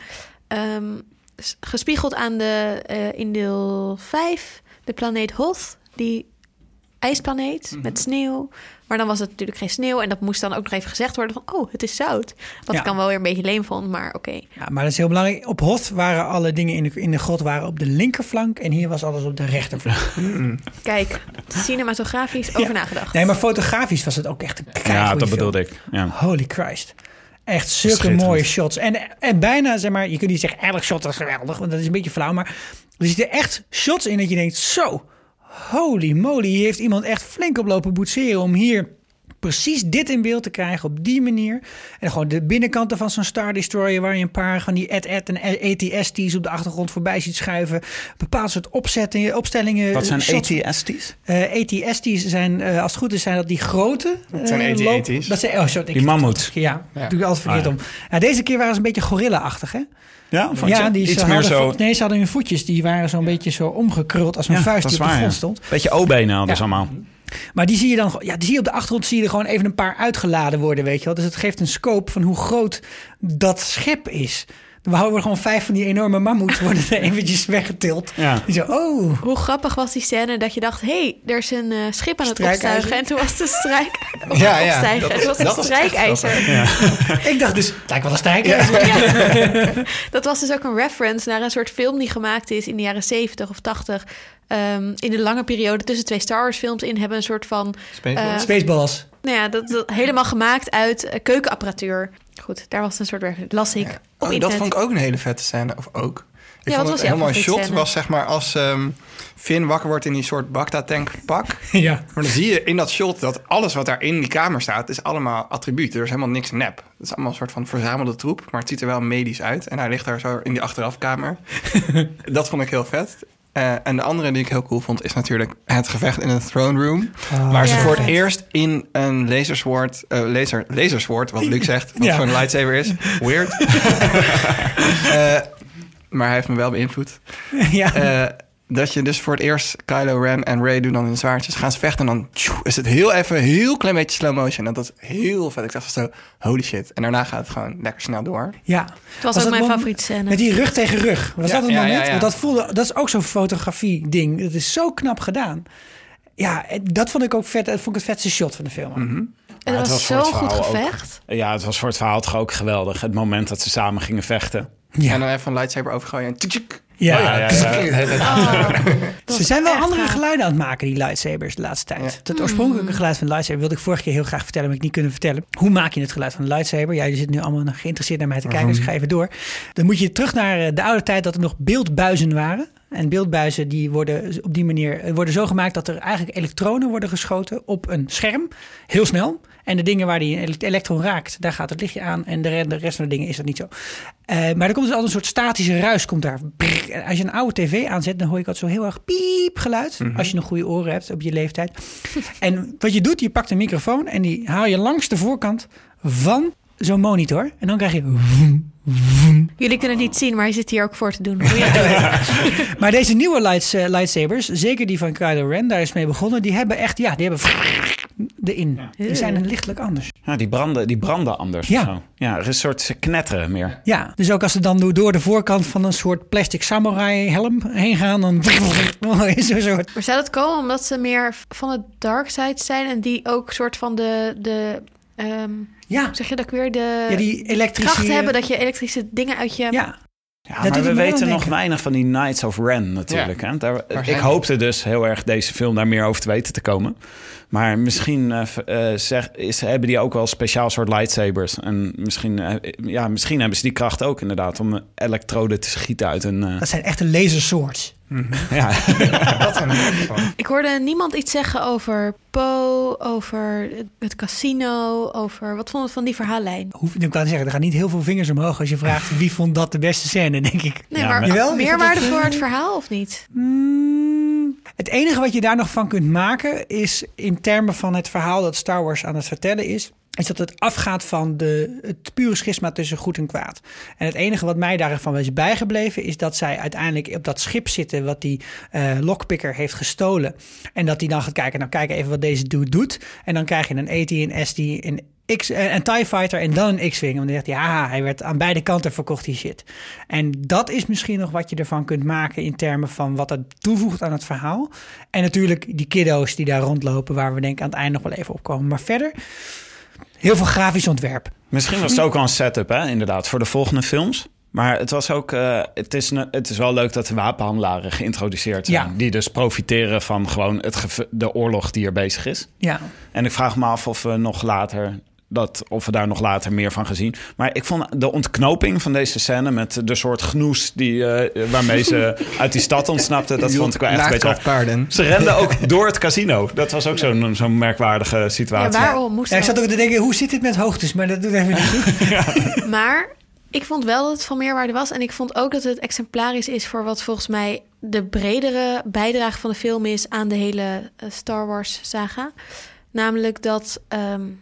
um, gespiegeld aan de uh, in deel vijf, de planeet Hoth, die ijsplaneet mm-hmm. met sneeuw. Maar dan was het natuurlijk geen sneeuw en dat moest dan ook nog even gezegd worden van, oh, het is zout. Wat Ja. ik dan wel weer een beetje leem vond, maar oké. Okay. Ja, maar dat is heel belangrijk. Op Hoth waren alle dingen in de, in de grot waren op de linkerflank en hier was alles op de rechterflank. Kijk, cinematografisch over Ja. nagedacht. Nee, maar fotografisch was het ook echt een Ja, keigoeie dat film. bedoelde ik. Ja. Holy Christ. Echt zulke Schitterend. mooie shots. En, en bijna, zeg maar, je kunt niet zeggen, eigenlijk shot is geweldig, want dat is een beetje flauw, maar er zitten echt shots in dat je denkt, zo, holy moly, hier heeft iemand echt flink op lopen boetseren om hier precies dit in beeld te krijgen op die manier. En gewoon de binnenkant van zo'n Star Destroyer waar je een paar van die A T-A T en A T S T's op de achtergrond voorbij ziet schuiven. Een bepaald soort opzettingen, opstellingen. Wat zijn shots. A T S T's? Uh, A T S T's zijn, uh, als het goed is, zijn dat die grote. Dat zijn uh, A T loop- T's. Dat zijn, oh, sorry, Die mammoets. Ja, Ja. doe ik altijd verkeerd Ah, ja. om. Ja, deze keer waren ze een beetje gorilla-achtig, hè? Ja, vond Ja, je? die Iets ze meer hadden zo. vo- nee, ze hadden hun voetjes, die waren zo'n beetje zo omgekruld als een Ja, vuist dat die is op de waar, grond ja. stond. Beetje O-benen hadden ze Ja. allemaal. Maar die zie je dan, ja, die zie je op de achtergrond, zie je er gewoon even een paar uitgeladen worden, weet je wel. Dus het geeft een scope van hoe groot dat schip is. We houden gewoon vijf van die enorme mammoets worden er eventjes weggetild. Ja. Die zo, oh. Hoe grappig was die scène dat je dacht, hé, hey, er is een uh, schip aan het Strijkijzer. opstuigen. En toen was de strijk... Ja, ja. opstijgen. Dat Het was een dat is echt strijkijzer. Ja. Ik dacht dus, het lijkt wel een strijkijzer. Ja. Dat was dus ook een reference naar een soort film die gemaakt is in de jaren zeventig of tachtig. Um, in de lange periode tussen twee Star Wars films in hebben een soort van... Spaceballs. Uh, Spaceballs. Nou ja, dat, dat helemaal gemaakt uit uh, keukenapparatuur. Goed, daar was een soort reference. Las ik Ja. op Oh, dat internet. vond ik ook een hele vette scène. Of ook. Ik Ja, wat vond was het jouw helemaal een shot. favoriete scène? Was zeg maar als um, Finn wakker wordt in die soort Bacta-tank pak. Ja. Maar dan zie je in dat shot dat alles wat daar in die kamer staat, is allemaal attribuut. Er is helemaal niks nep. Het is allemaal een soort van verzamelde troep. Maar het ziet er wel medisch uit. En hij ligt daar zo in die achterafkamer. Dat vond ik heel vet. Uh, en de andere die ik heel cool vond, is natuurlijk het gevecht in de throne room. Oh, waar ze ja. voor het eerst in een lasersword, uh, laser, lasersword, wat Luc zegt, wat Ja. zo'n lightsaber is. Weird. uh, maar hij heeft me wel beïnvloed. Ja. Uh, dat je dus voor het eerst Kylo Ren en Rey doen dan in zwaardjes. Gaan ze vechten en dan tjoe, is het heel even, heel klein beetje slow motion. En dat is heel vet. Ik dacht zo, holy shit. En daarna gaat het gewoon lekker snel door. Ja. Het was, Was ook dat mijn mom- favoriete scène. Met die rug tegen rug. Was Ja, dat het ja, moment? ja, ja. Want dat voelde, dat is ook zo'n fotografie-ding. Het is zo knap gedaan. Ja, dat vond ik ook vet. Dat vond ik het vetste shot van de film. Mm-hmm. En Maar dat het was was voor zo'n het goed verhaal ook. gevecht. Ja, het was voor het verhaal toch ook geweldig. Het moment dat ze samen gingen vechten. Ja. En dan even een lightsaber overgooien en tjik. Ja. Oh, ja, ja, ja. Oh, dat Ze zijn wel echt andere gaaf. geluiden aan het maken, die lightsabers, de laatste tijd. Ja. Het oorspronkelijke geluid van de lightsaber wilde ik vorige keer heel graag vertellen, maar ik niet kunnen vertellen. Hoe maak je het geluid van de lightsaber? Ja, je zit nu allemaal nog geïnteresseerd naar mij te kijken, dus ik ga even door. Dan moet je terug naar eh, de oude tijd dat er nog beeldbuizen waren. En beeldbuizen die worden op die manier worden zo gemaakt dat er eigenlijk elektronen worden geschoten op een scherm. Heel snel. En de dingen waar die een elektron raakt, daar gaat het lichtje aan. En de re- de rest van de dingen is dat niet zo. Uh, maar er komt dus altijd een soort statische ruis. Komt daar. Brrr. En als je een oude tv aanzet, dan hoor je dat zo heel erg piep geluid. Mm-hmm. Als je nog goede oren hebt op je leeftijd. En wat je doet, je pakt een microfoon en die haal je langs de voorkant van zo'n monitor. En dan krijg je... Vroom, vroom. Jullie kunnen het niet zien, maar hij zit hier ook voor te doen. Hoe je het doet. Maar deze nieuwe lights, uh, lightsabers, zeker die van Kylo Ren, daar is mee begonnen. Die hebben echt, ja, die hebben erin. Ja. Die zijn lichtelijk anders. Ja, die branden, die branden anders. Ja. Of zo. Ja, er is een soort knetteren meer. Ja, dus ook als ze dan door de voorkant van een soort plastic samurai helm heen gaan, dan is er een soort... Maar zou dat komen omdat ze meer van de dark side zijn en die ook soort van de... de um, ja. Zeg je dat weer de ja, die elektrische... kracht hebben dat je elektrische dingen uit je... Ja. Ja, dat maar we weten nog weinig van die Knights of Ren natuurlijk. Ja. Hè? Daar, ik hoopte dus heel erg deze film daar meer over te weten te komen. Maar misschien uh, uh, zeg, is, hebben die ook wel speciaal soort lightsabers. En misschien, uh, ja, misschien hebben ze die kracht ook inderdaad om elektroden te schieten uit een... Uh... Dat zijn echte laserswords. Mm-hmm. Ja. Dat zijn ik hoorde niemand iets zeggen over Poe, over het casino, over... Wat vond je van die verhaallijn? Hoef, ik kan zeggen, er gaan niet heel veel vingers omhoog als je vraagt wie vond dat de beste scène, denk ik. Nee, ja, maar jawel, meerwaarde voor het verhaal of niet? Mm, het enige wat je daar nog van kunt maken is in termen van het verhaal dat Star Wars aan het vertellen is... is dat het afgaat van de, het pure schisma tussen goed en kwaad. En het enige wat mij daarvan is bijgebleven... is dat zij uiteindelijk op dat schip zitten... wat die uh, lockpicker heeft gestolen. En dat hij dan gaat kijken... nou, kijk even wat deze dude doet. En dan krijg je een A T, een S T, een, X, een TIE Fighter... en dan een X-Wing. En dan zegt hij, ja, hij werd aan beide kanten verkocht, die shit. En dat is misschien nog wat je ervan kunt maken... in termen van wat het toevoegt aan het verhaal. En natuurlijk die kiddo's die daar rondlopen... waar we denk ik aan het eind nog wel even op komen. Maar verder... heel veel grafisch ontwerp. Misschien was het ook al een setup, hè, inderdaad, voor de volgende films. Maar het was ook, uh, het, is, het is wel leuk dat de wapenhandelaren geïntroduceerd zijn. Ja. Die dus profiteren van gewoon het geve- de oorlog die er bezig is. Ja. En ik vraag me af of we nog later... Dat, of we daar nog later meer van gezien. Maar ik vond de ontknoping van deze scène... met de soort genoes die, uh, waarmee ze uit die stad ontsnapten... dat vond ik wel echt een beetje raar. Ze renden ook door het casino. Dat was ook zo'n, zo'n merkwaardige situatie. Ja, waarom moest ja, ik zat ook te denken, hoe zit dit met hoogtes? Maar dat doet even niet. Ja. Maar ik vond wel dat het van meerwaarde was. En ik vond ook dat het exemplarisch is... voor wat volgens mij de bredere bijdrage van de film is... aan de hele uh, Star Wars saga. Namelijk dat... Um,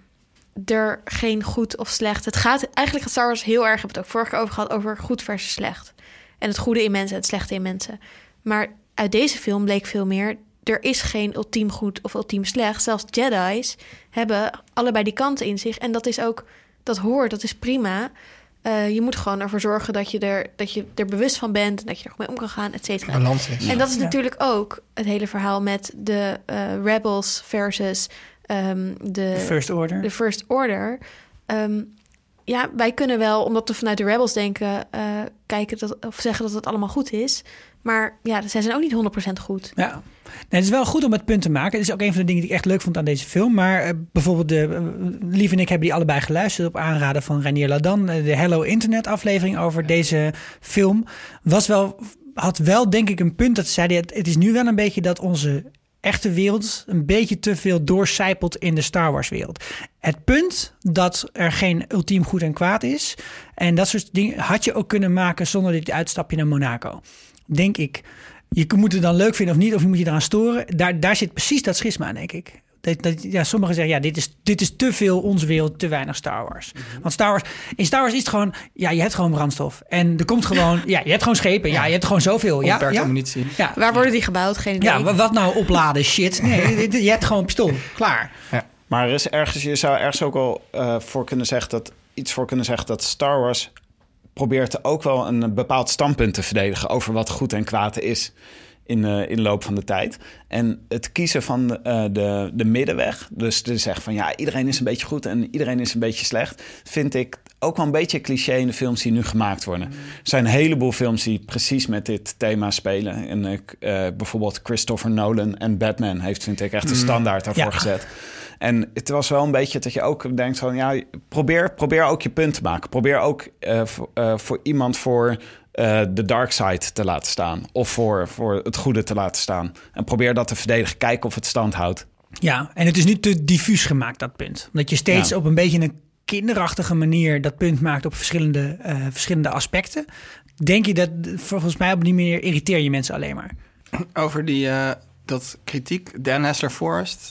er geen goed of slecht... Het gaat eigenlijk gaat Star Wars heel erg... Ik heb het ook vorige keer over gehad... over goed versus slecht. En het goede in mensen en het slechte in mensen. Maar uit deze film bleek veel meer... er is geen ultiem goed of ultiem slecht. Zelfs Jedi's hebben allebei die kanten in zich. En dat is ook... Dat hoort, dat is prima. Uh, je moet gewoon ervoor zorgen dat je, er, dat je er bewust van bent... en dat je er mee om kan gaan, et cetera. Balans is. En dat is ja. natuurlijk ook het hele verhaal... met de uh, Rebels versus... Um, de, de First Order. De First Order. Um, ja, wij kunnen wel, omdat we vanuit de Rebels denken... Uh, kijken dat, of zeggen dat het allemaal goed is. Maar ja, zij zijn ook niet honderd procent goed. Ja, nee, het is wel goed om het punt te maken. Het is ook een van de dingen die ik echt leuk vond aan deze film. Maar uh, bijvoorbeeld, de, uh, Lief en ik hebben die allebei geluisterd... op aanraden van Renier Ladan. De Hello Internet aflevering over deze film. Was wel, had wel denk ik een punt dat ze zeiden... Het, het is nu wel een beetje dat onze... echte wereld een beetje te veel doorcijpelt in de Star Wars wereld. Het punt dat er geen ultiem goed en kwaad is... en dat soort dingen had je ook kunnen maken... zonder dit uitstapje naar Monaco. Denk ik. Je moet het dan leuk vinden of niet, of je moet je eraan storen. Daar, daar zit precies dat schisma, denk ik. Dat, dat, ja, sommigen zeggen, ja, dit is, dit is te veel onze wereld, te weinig Star Wars. Mm-hmm. Want Star Wars, in Star Wars is het gewoon... ja, je hebt gewoon brandstof. En er komt gewoon... ja, je hebt gewoon schepen. Ja, je hebt gewoon zoveel. Ja, ja, ja. ammunitie. Ja. Waar worden die gebouwd? Geen idee. Ja, wat nou opladen? Shit. Nee, je hebt gewoon een pistool. Klaar. Ja. Maar er is ergens, je zou ergens ook wel uh, voor kunnen zeggen... dat iets voor kunnen zeggen dat Star Wars... probeert ook wel een bepaald standpunt te verdedigen... over wat goed en kwaad is... in de, in de loop van de tijd. En het kiezen van de, uh, de, de middenweg... dus te zeggen van ja, iedereen is een beetje goed... en iedereen is een beetje slecht... vind ik ook wel een beetje cliché in de films die nu gemaakt worden. Mm. Er zijn een heleboel films die precies met dit thema spelen. En uh, bijvoorbeeld Christopher Nolan en Batman... heeft, vind ik, echt een standaard daarvoor ja. gezet. En het was wel een beetje dat je ook denkt van... ja, probeer, probeer ook je punt te maken. Probeer ook uh, voor, uh, voor iemand voor... Uh, de dark side te laten staan. Of voor, voor het goede te laten staan. En probeer dat te verdedigen. Kijken of het stand houdt. Ja, en het is nu te diffuus gemaakt, dat punt. Omdat je steeds ja. op een beetje een kinderachtige manier... dat punt maakt op verschillende, uh, verschillende aspecten. Denk je dat, volgens mij op die manier... irriteer je mensen alleen maar. Over die, uh, dat kritiek, Dan Hessler Forrest...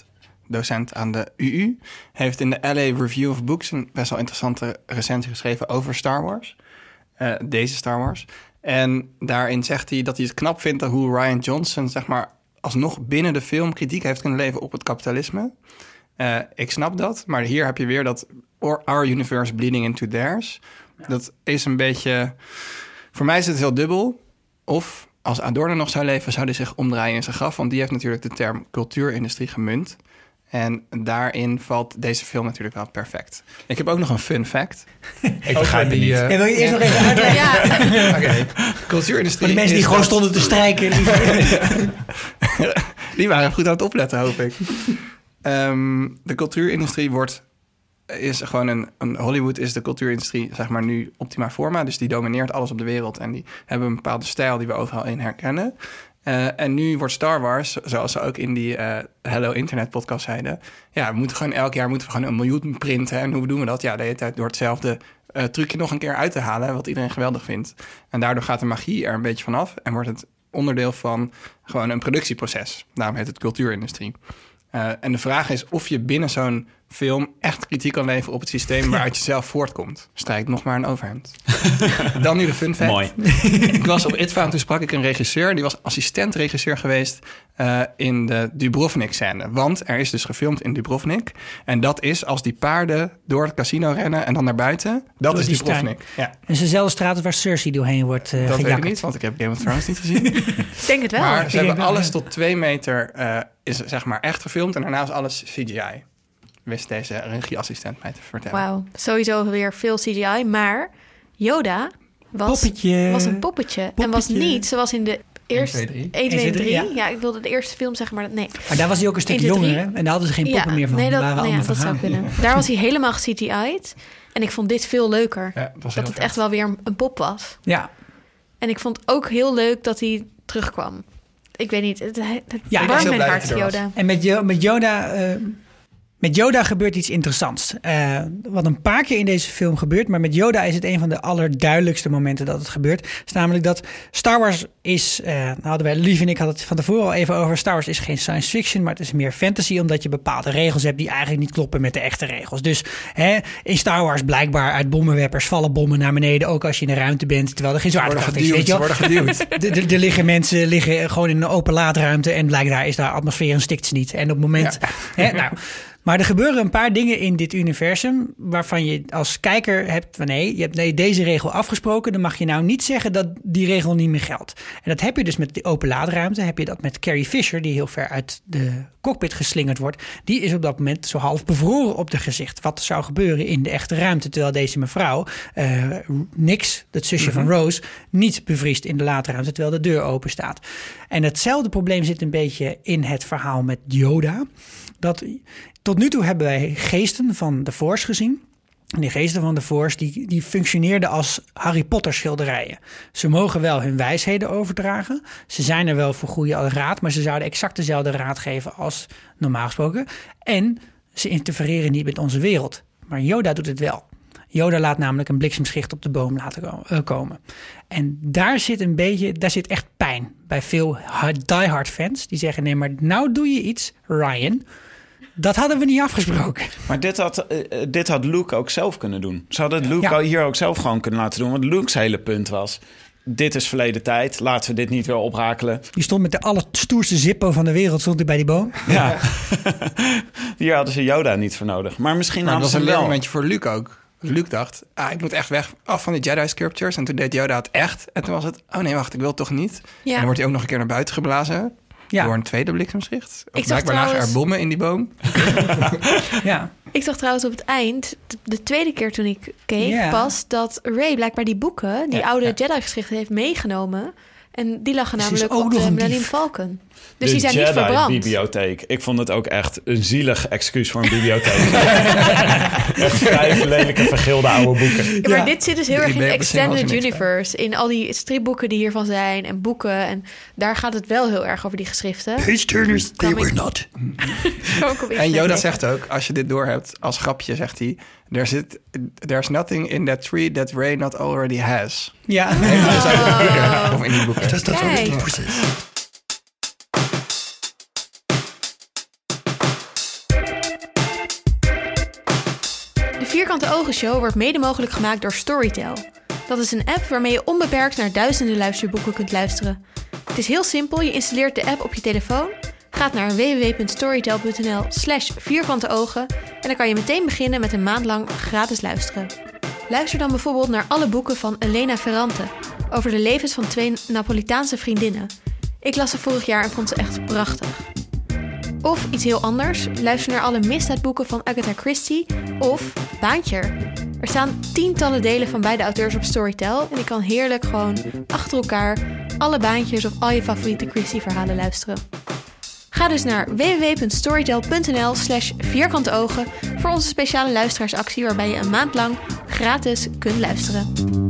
docent aan de U U. Heeft in de L A Review of Books een best wel interessante recensie geschreven over Star Wars. Uh, deze Star Wars. En daarin zegt hij dat hij het knap vindt hoe Rian Johnson, zeg maar, alsnog binnen de film kritiek heeft kunnen leveren op het kapitalisme. Uh, ik snap dat, maar hier heb je weer dat our universe bleeding into theirs. Ja. Dat is een beetje... Voor mij is het heel dubbel. Of als Adorno nog zou leven, zou hij zich omdraaien in zijn graf. Want die heeft natuurlijk de term cultuurindustrie gemunt. En daarin valt deze film natuurlijk wel perfect. Ik heb ook nog een fun fact. Ik begrijp die. Uh... Ja, wil je eerst nog even uitleggen? Ja. Oké. Okay. Cultuurindustrie. Voor de mensen die gewoon dat... stonden te strijken. Die waren goed aan het opletten, hoop ik. Um, de cultuurindustrie wordt... is gewoon een, een... Hollywood is de cultuurindustrie, zeg maar, nu optima forma. Dus die domineert alles op de wereld. En die hebben een bepaalde stijl die we overal in herkennen. Uh, en nu wordt Star Wars, zoals ze ook in die uh, Hello Internet podcast zeiden... ja, we moeten gewoon elk jaar moeten we gewoon een miljoen printen. En hoe doen we dat? Ja, de hele tijd door hetzelfde uh, trucje nog een keer uit te halen... wat iedereen geweldig vindt. En daardoor gaat de magie er een beetje vanaf... en wordt het onderdeel van gewoon een productieproces. Daarom heet het cultuurindustrie. Uh, en de vraag is of je binnen zo'n film echt kritiek kan leveren op het systeem waaruit je zelf voortkomt. Strijk nog maar een overhemd. Dan nu de fun fact. Mooi. Ik was op I T V A en toen sprak ik een regisseur. Die was assistent-regisseur geweest uh, in de Dubrovnik-scène. Want er is dus gefilmd in Dubrovnik. En dat is als die paarden door het casino rennen en dan naar buiten. Dat door is Dubrovnik. Ja. En is dezelfde straat waar Cersei doorheen wordt uh, Dat gejakkerd. weet ik niet, want ik heb Game of Thrones niet gezien. Ik denk het wel. Maar ze ik hebben wel, alles ja. tot twee meter uh, is zeg maar echt gefilmd. En daarna is alles C G I. Wist deze regieassistent mij te vertellen. Wauw, sowieso weer veel C G I. Maar Yoda was, Poppetje. was een poppetje. Poppetje. En was niet zoals in de eerste... één, twee, drie. één, twee, drie. Ja. Ja, ik wilde de eerste film zeggen, maar dat, nee. Maar daar was hij ook een stuk één, twee, jonger, drie. hè? En daar hadden ze geen poppen ja, meer van. Nee, dat, waren nou ja, allemaal dat zou vergaan. kunnen. Daar was hij helemaal ge-C G I'd. En ik vond dit veel leuker. Ja, dat was dat heel het vet. echt wel weer een, een pop was. Ja. En ik vond ook heel leuk dat hij terugkwam. Ik weet niet, het, het Ja, ik was warmt heel mijn blij hart, dat hij er was. Yoda. En met, Jo- met Yoda... Uh, met Yoda gebeurt iets interessants. Uh, wat een paar keer in deze film gebeurt. Maar met Yoda is het een van de allerduidelijkste momenten dat het gebeurt. Is namelijk dat Star Wars is... Uh, nou hadden wij, Lief en ik hadden het van tevoren al even over. Star Wars is geen science fiction, maar het is meer fantasy. Omdat je bepaalde regels hebt die eigenlijk niet kloppen met de echte regels. Dus hè, in Star Wars blijkbaar uit bommenwerpers vallen bommen naar beneden. Ook als je in de ruimte bent. Terwijl er geen zwaartekracht is. Weet je wel? worden geduwd. Er liggen mensen liggen gewoon in een open laadruimte. En blijkbaar is daar atmosfeer en stikt ze niet. En op het moment... Ja. Hè, nou... Maar er gebeuren een paar dingen in dit universum waarvan je als kijker hebt van nee, je hebt nee, deze regel afgesproken. Dan mag je nou niet zeggen dat die regel niet meer geldt. En dat heb je dus met de open laadruimte. Heb je dat met Carrie Fisher, die heel ver uit de cockpit geslingerd wordt. Die is op dat moment zo half bevroren op de gezicht. Wat zou gebeuren in de echte ruimte. Terwijl deze mevrouw, uh, Nix, het zusje mm-hmm. van Rose, niet bevriest in de laadruimte. Terwijl de deur open staat. En hetzelfde probleem zit een beetje in het verhaal met Yoda. Dat... Tot nu toe hebben wij geesten van de Force gezien. En die geesten van de Force die, die functioneerden als Harry Potter schilderijen. Ze mogen wel hun wijsheden overdragen. Ze zijn er wel voor goede raad, maar ze zouden exact dezelfde raad geven als normaal gesproken. En ze interfereren niet met onze wereld. Maar Yoda doet het wel. Yoda laat namelijk een bliksemschicht op de boom laten komen. En daar zit een beetje, daar zit echt pijn bij veel diehard fans. Die zeggen nee, maar nou doe je iets, Ryan. Dat hadden we niet afgesproken. Maar dit had, uh, dit had Luke ook zelf kunnen doen. Ze hadden Luke ja. hier ook zelf gewoon kunnen laten doen. Want Luke's hele punt was... dit is verleden tijd, laten we dit niet weer oprakelen. Die stond met de allerstoerste Zippo van de wereld stond hij bij die boom. Ja. Hier hadden ze Yoda niet voor nodig. Maar misschien maar dat was een wel. leuk momentje voor Luke ook. Luke dacht, ah, ik moet echt weg af van die Jedi sculptures. En toen deed Yoda het echt. En toen was het, oh nee, wacht, ik wil het toch niet. Ja. En dan wordt hij ook nog een keer naar buiten geblazen. Ja. Door een tweede bliksemschicht. Of ik blijkbaar trouwens... lagen er bommen in die boom. Ja. Ik zag trouwens op het eind, de tweede keer toen ik keek, yeah. pas dat Ray blijkbaar die boeken, die ja, oude ja. Jedi-geschriften heeft meegenomen. En die lagen namelijk op de Millennium Falcon. Dus de die zijn Jedi niet verbrand. bibliotheek. Ik vond het ook echt een zielig excuus voor een bibliotheek. Echt vrij lelijke, vergilde oude boeken. Ja, maar ja. dit zit dus heel erg in de Extended Universe. In al die stripboeken die hiervan zijn en boeken. En daar gaat het wel heel erg over die geschriften. Page turners, they were not. En Yoda zegt ook, als je dit doorhebt, als grapje zegt hij... There zit, there's nothing in that tree that Rey not already has. Ja. Oh. Of in die boeken. Dat is dat Kijk. Vierkante Ogen Show wordt mede mogelijk gemaakt door Storytel. Dat is een app waarmee je onbeperkt naar duizenden luisterboeken kunt luisteren. Het is heel simpel, je installeert de app op je telefoon, gaat naar w w w punt storytel punt n l slash vierkante ogen en dan kan je meteen beginnen met een maand lang gratis luisteren. Luister dan bijvoorbeeld naar alle boeken van Elena Ferrante over de levens van twee Napolitaanse vriendinnen. Ik las ze vorig jaar en vond ze echt prachtig. Of iets heel anders, luister naar alle misdaadboeken van Agatha Christie of Baantje. Er staan tientallen delen van beide auteurs op Storytel en je kan heerlijk gewoon achter elkaar alle baantjes of al je favoriete Christie-verhalen luisteren. Ga dus naar w w w punt storytel punt n l slash vierkante ogen voor onze speciale luisteraarsactie waarbij je een maand lang gratis kunt luisteren.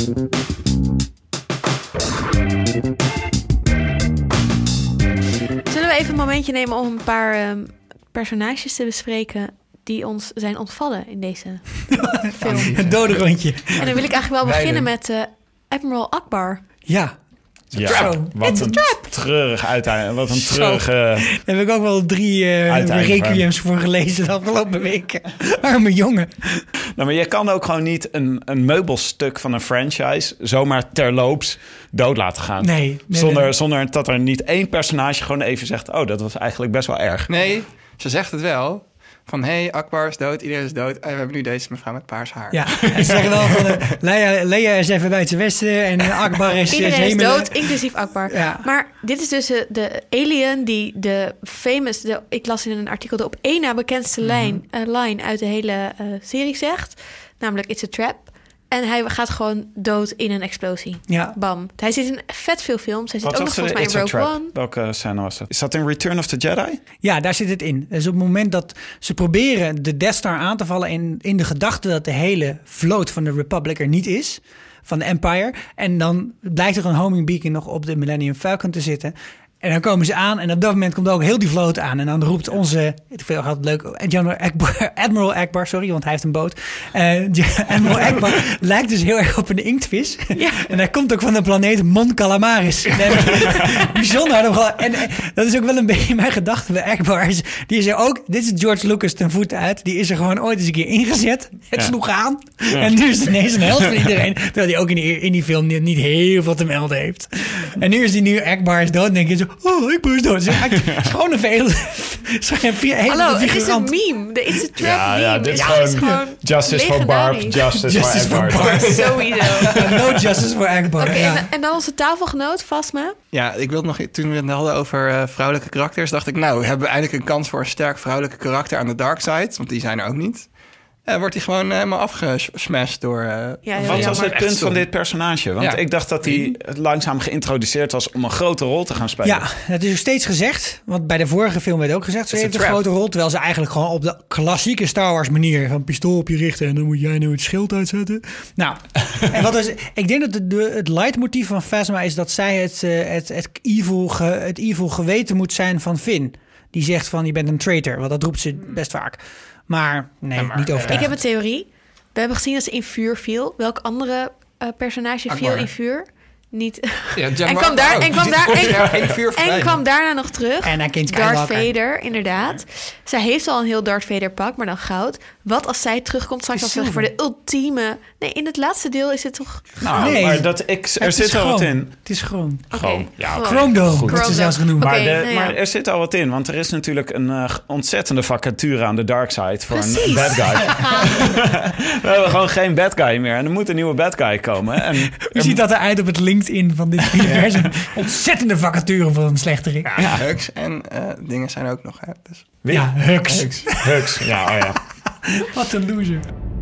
Zullen we even een momentje nemen om een paar um, personages te bespreken die ons zijn ontvallen in deze film? Een dode rondje. En dan wil ik eigenlijk wel beginnen met uh, Admiral Akbar. Ja. Ja, Zo. wat een treurig uiteinde. Wat een treurige... Daar heb ik ook wel drie uh, requiems voor gelezen de afgelopen weken. Arme jongen. Nou, maar je kan ook gewoon niet een, een meubelstuk van een franchise zomaar terloops dood laten gaan. Nee. nee, zonder, nee. zonder dat er niet één personage gewoon even zegt... oh, dat was eigenlijk best wel erg. Nee, ze zegt het wel. Van, hé, hey, Akbar is dood, iedereen is dood. En we hebben nu deze mevrouw met paars haar. Ja, en ze zeggen wel van... Uh, Leia, Leia is even bij het westen en uh, Akbar is... Iedereen is, is dood, inclusief Akbar. Ja. Maar dit is dus uh, de alien die de famous... De, ik las in een artikel de op één na bekendste Mm-hmm. lijn, uh, line uit de hele uh, serie zegt. Namelijk, it's a trap. En hij gaat gewoon dood in een explosie. Ja. Bam. Hij zit in vet veel films. Hij zit Wat ook nog was volgens de mij in It's a Rogue Trap? One. Welke scène was dat? Is dat in Return of the Jedi? Ja, daar zit het in. Dus op het moment dat ze proberen de Death Star aan te vallen... in, in de gedachte dat de hele vloot van de Republic er niet is... van de Empire. En dan blijkt er een homing beacon nog op de Millennium Falcon te zitten... En dan komen ze aan en op dat moment komt ook heel die vloot aan. En dan roept onze, ik vind het altijd leuk, General Akbar, Admiral Akbar, sorry, want hij heeft een boot. Uh, Admiral Akbar lijkt dus heel erg op een inktvis. Ja. En hij komt ook van de planeet Mon Calamaris. Bijzonder. En, en dat is ook wel een beetje mijn gedachte bij Akbar. Die is er ook, dit is George Lucas ten voet uit. Die is er gewoon ooit eens een keer ingezet. Het Ja. sloeg aan. Ja. En nu is het ineens een held van iedereen. Terwijl hij ook in die, in die film niet, niet heel veel te melden heeft. En nu is hij nu, Akbar is dood. En denk je zo, oh, ik ben dood. Het is gewoon een veel... Hallo, het is een meme. De It's a Trap Ja, meme. ja, dit is Ja, gewoon, het is gewoon justice for Barb, legendarisch. justice, Justice for for Akbar. Barb. Sowieso. No justice for Akbar. Oké, ja. en, en dan onze tafelgenoot, Fasma. Ja, ik wilde nog, toen we het hadden over uh, vrouwelijke karakters, dacht ik, nou, hebben we eindelijk een kans voor een sterk vrouwelijke karakter aan de dark side, want die zijn er ook niet. Uh, wordt hij gewoon uh, helemaal afgesmashed door... Uh, Ja, heel Wat was jammer. het punt Echt van sorry. dit personage? Want Ja. ik dacht dat hij langzaam geïntroduceerd was om een grote rol te gaan spelen. Ja, dat is ook steeds gezegd. Want bij de vorige film werd ook gezegd... ze It's heeft a een trap. grote rol... terwijl ze eigenlijk gewoon op de klassieke Star Wars manier... van pistool op je richten en dan moet jij nu het schild uitzetten. Nou, en wat is, ik denk dat de, de, het leidmotief van Phasma is... dat zij het, uh, het, het, evil ge, het evil geweten moet zijn van Finn. Die zegt van, je bent een traitor. Want dat roept ze best vaak. Maar nee, Ja, maar, niet uh, overtuigend. Ik heb een theorie. We hebben gezien dat ze in vuur viel. Welk andere uh, personage viel Akbar. in vuur? Niet. Ja, en kwam daar en kwam daar en, en en kwam daarna nog terug. En hij kent Darth Skywalker. Vader, inderdaad. Zij heeft al een heel Darth Vader pak, maar dan goud. Wat als zij terugkomt straks als Zilver. voor de ultieme... Nee, in het laatste deel is het toch... Nou, Nee. maar dat, ik, er Het zit is wel wat gewoon- in. Het is gewoon... Gewoon, ja, gewoon. Chrome Dome, Goed. dat Chrome ze zelfs Dome. genoemd. Oké, Maar, de, nou ja. maar er zit al wat in, want er is natuurlijk een uh, ontzettende vacature aan de dark side voor Precies. een bad guy. We hebben gewoon geen bad guy meer en er moet een nieuwe bad guy komen. En Je ziet dat eruit op het LinkedIn van dit universum. Ontzettende vacature voor een slechterik. Ja, Hux en uh, dingen zijn ook nog. Hè, dus. wie? Ja, Hux. Hux. Hux. Ja, oh ja. Wat een loser.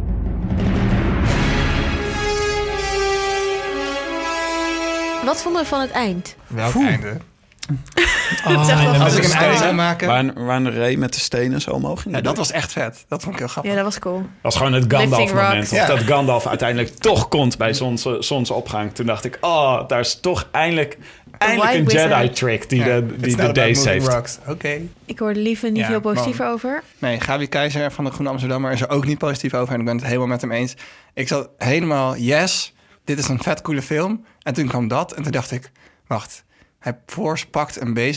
Wat vonden we van het eind? Welk Oeh. einde? Dat zag wel en dan Als goed ik een uit. einde zou maken... Waar, waar een ree met de stenen zo omhoog ging. Ja, dat was echt vet. Dat vond ik heel grappig. Ja, dat was cool. Dat was gewoon het Lifting Gandalf-moment. rocks. Of Ja. dat Gandalf uiteindelijk toch komt bij zons, zonsopgang. Toen dacht ik, oh, daar is toch eindelijk, eindelijk een white wizard. Jedi-trick die Ja, de, it's die not de about day moving saved. rocks. Oké. Ik hoorde Lieve niet Ja, heel positief man. over. Nee, Gabi Keizer van de Groene Amsterdammer is er ook niet positief over. En ik ben het helemaal met hem eens. Ik zat helemaal, yes, dit is een vet coole film. En toen kwam dat en toen dacht ik, wacht. Hij Force pakt een bezem,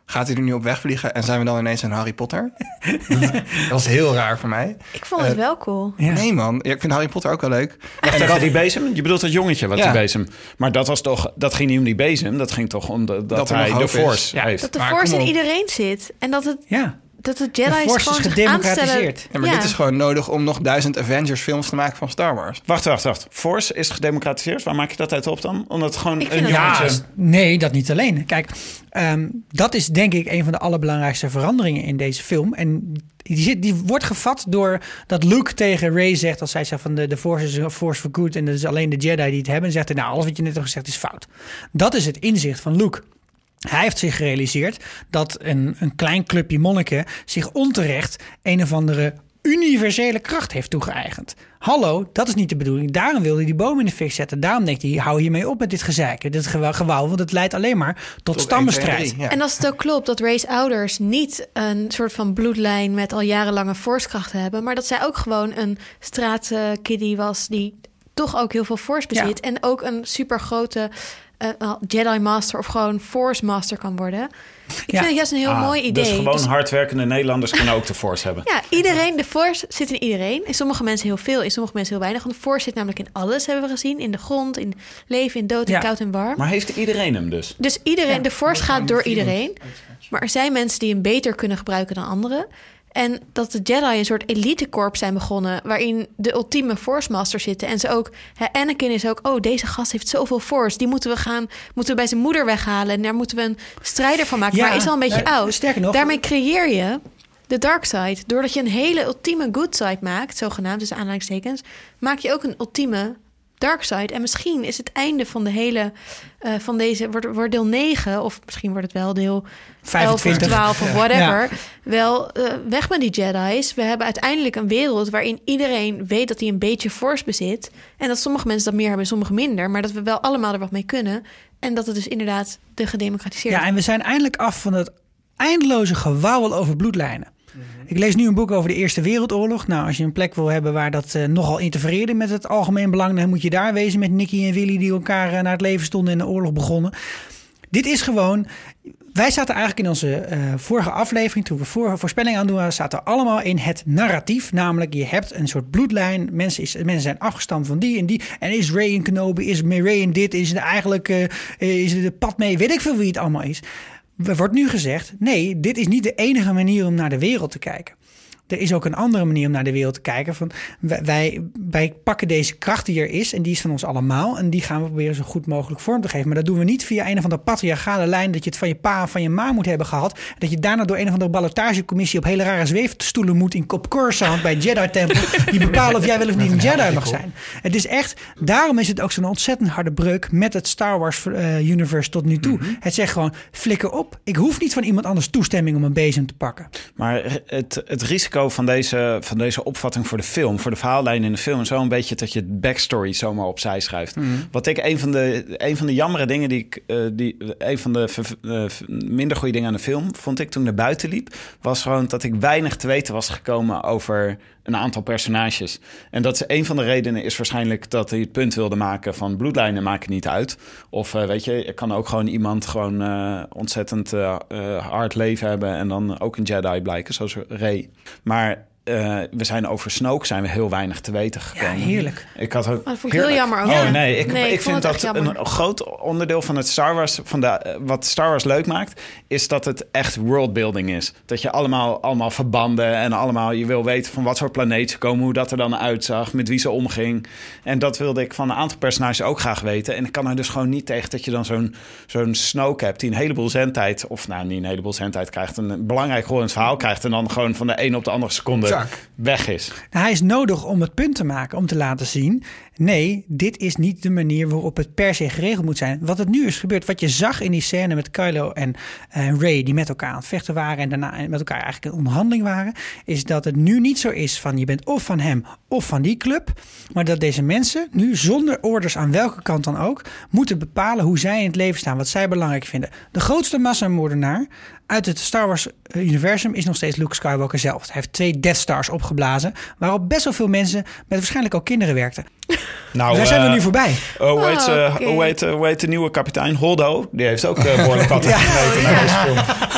gaat hij er nu op wegvliegen en zijn we dan ineens een Harry Potter? Dat was heel raar voor mij. Ik vond het uh, wel cool. Ja. Nee man, ja, ik vind Harry Potter ook wel leuk. En dat, die bezem? Je bedoelt dat jongetje wat ja. die bezem. Maar dat was toch, dat ging niet om die bezem. Dat ging toch om de, dat, dat hij de Force ja, heeft. Dat de maar Force in iedereen zit. En dat het... Ja. Dat de Jedi's de Force gewoon is gedemocratiseerd. Ja, maar ja. dit is gewoon nodig om nog duizend Avengers films te maken van Star Wars. Wacht, wacht, wacht. Force is gedemocratiseerd. Waar maak je dat uit op dan? Omdat het gewoon ik een ja, nee, dat niet alleen. Kijk, um, dat is denk ik een van de allerbelangrijkste veranderingen in deze film. En die, zit, die wordt gevat door dat Luke tegen Rey zegt, als zij zegt van de, de Force is a force for good en dat is alleen de Jedi die het hebben. En zegt hij, nou, alles wat je net hebt gezegd is fout. Dat is het inzicht van Luke. Hij heeft zich gerealiseerd dat een, een klein clubje monniken zich onterecht een of andere universele kracht heeft toegeëigend. Hallo, dat is niet de bedoeling. Daarom wil hij die boom in de fik zetten. Daarom denkt hij, hou hiermee op met dit gezeik. Dit gewauw, want het leidt alleen maar tot, tot stammenstrijd. een, twee, drie, ja. En als het ook klopt dat Rey's ouders niet een soort van bloedlijn met al jarenlange forcekrachten hebben, maar dat zij ook gewoon een straatkiddie was die toch ook heel veel force bezit ja. en ook een supergrote Uh, Jedi Master of gewoon Force Master kan worden. Ik ja. vind het juist een heel ah, mooi idee. Dus gewoon dus, hardwerkende Nederlanders kunnen ook de Force hebben. Ja, iedereen, de Force zit in iedereen. In sommige mensen heel veel, in sommige mensen heel weinig. Want de Force zit namelijk in alles, hebben we gezien. In de grond, in leven, in dood, in ja. koud en warm. Maar heeft iedereen hem dus? Dus iedereen, ja, de Force gaat door iedereen. Maar er zijn mensen die hem beter kunnen gebruiken dan anderen. En dat de Jedi een soort elitekorps zijn begonnen, waarin de ultieme Force Masters zitten. En ze ook, hè, Anakin is ook, oh, deze gast heeft zoveel Force. Die moeten we gaan, moeten we bij zijn moeder weghalen. En daar moeten we een strijder van maken. Ja, maar hij is al een beetje nou, oud. Sterker nog, daarmee creëer je de dark side. Doordat je een hele ultieme good side maakt, zogenaamd, dus aanhalingstekens, maak je ook een ultieme dark side. En misschien is het einde van de hele, uh, van deze, wordt, wordt deel negen, of misschien wordt het wel deel vijfentwintig, elf of twaalf of whatever, ja. wel uh, weg met die Jedi's. We hebben uiteindelijk een wereld waarin iedereen weet dat hij een beetje Force bezit. En dat sommige mensen dat meer hebben en sommige minder. Maar dat we wel allemaal er wat mee kunnen. En dat het dus inderdaad de gedemocratiseerde... Ja, en we zijn eindelijk af van het eindeloze gewauwel over bloedlijnen. Ik lees nu een boek over de Eerste Wereldoorlog. Nou, als je een plek wil hebben waar dat uh, nogal interfereerde met het algemeen belang, dan moet je daar wezen met Nicky en Willy die elkaar uh, naar het leven stonden en de oorlog begonnen. Dit is gewoon... Wij zaten eigenlijk in onze uh, vorige aflevering, toen we voor, voorspellingen aan doen waren, zaten we allemaal in het narratief. Namelijk, je hebt een soort bloedlijn. Mensen, is, mensen zijn afgestamd van die en die. En is Rey in Kenobi, is Rey in dit, is het eigenlijk uh, is het de pad mee, weet ik veel wie het allemaal is. Er wordt nu gezegd, nee, dit is niet de enige manier om naar de wereld te kijken. Er is ook een andere manier om naar de wereld te kijken. Van wij, wij pakken deze kracht die er is en die is van ons allemaal. En die gaan we proberen zo goed mogelijk vorm te geven. Maar dat doen we niet via een of andere patriarchale lijn dat je het van je pa of van je ma moet hebben gehad. En dat je daarna door een of andere ballotagecommissie op hele rare zweefstoelen moet in Op Coruscant bij Jedi-tempel. Die bepalen of jij wel of niet een Jedi mag zijn. Het is echt, daarom is het ook zo'n ontzettend harde breuk met het Star Wars uh, universe tot nu toe. Mm-hmm. Het zegt gewoon, flikker op. Ik hoef niet van iemand anders toestemming om een bezem te pakken. Maar het, het risico van deze, van deze opvatting voor de film, voor de verhaallijn in de film, is zo een beetje dat je het backstory zomaar opzij schrijft. Mm. Wat ik een van de, een van de jammere dingen die ik, uh, die, een van de uh, minder goede dingen aan de film, vond ik toen naar buiten liep, was gewoon dat ik weinig te weten was gekomen over een aantal personages. En dat is een van de redenen is waarschijnlijk dat hij het punt wilde maken van bloedlijnen maken niet uit. Of uh, weet je, ik kan ook gewoon iemand gewoon uh, ontzettend uh, uh, hard leven hebben en dan ook een Jedi blijken, zoals Rey. Maar uh, we zijn over Snoke zijn we heel weinig te weten gekomen. Ja, heerlijk. Ik had ook oh, dat vond ik heel jammer ook. Oh nee, ik, nee, ik, ik vind dat een groot onderdeel van het Star Wars, van de, wat Star Wars leuk maakt, is dat het echt worldbuilding is. Dat je allemaal, allemaal verbanden en allemaal, je wil weten van wat voor planeet ze komen, hoe dat er dan uitzag, met wie ze omging. En dat wilde ik van een aantal personages ook graag weten. En ik kan er dus gewoon niet tegen dat je dan zo'n, zo'n Snoke hebt die een heleboel zendtijd, of nou niet een heleboel zendtijd krijgt, een belangrijk rol in het verhaal krijgt en dan gewoon van de ene op de andere seconde weg is. Nou, hij is nodig om het punt te maken, om te laten zien, nee, dit is niet de manier waarop het per se geregeld moet zijn. Wat het nu is gebeurd, wat je zag in die scène met Kylo en uh, Rey, die met elkaar aan het vechten waren en daarna met elkaar eigenlijk in onderhandeling waren, is dat het nu niet zo is van je bent of van hem of van die club, maar dat deze mensen nu zonder orders aan welke kant dan ook moeten bepalen hoe zij in het leven staan, wat zij belangrijk vinden. De grootste massamoordenaar uit het Star Wars universum is nog steeds Luke Skywalker zelf. Hij heeft twee Death Stars opgeblazen, waarop best wel veel mensen met waarschijnlijk ook kinderen werkten. Nou, daar zijn we uh, nu voorbij. Uh, hoe, heet, uh, okay. hoe, heet, uh, hoe heet de nieuwe kapitein? Holdo, die heeft ook uh, behoorlijk wat ja. gegeten oh, naar ja. deze film.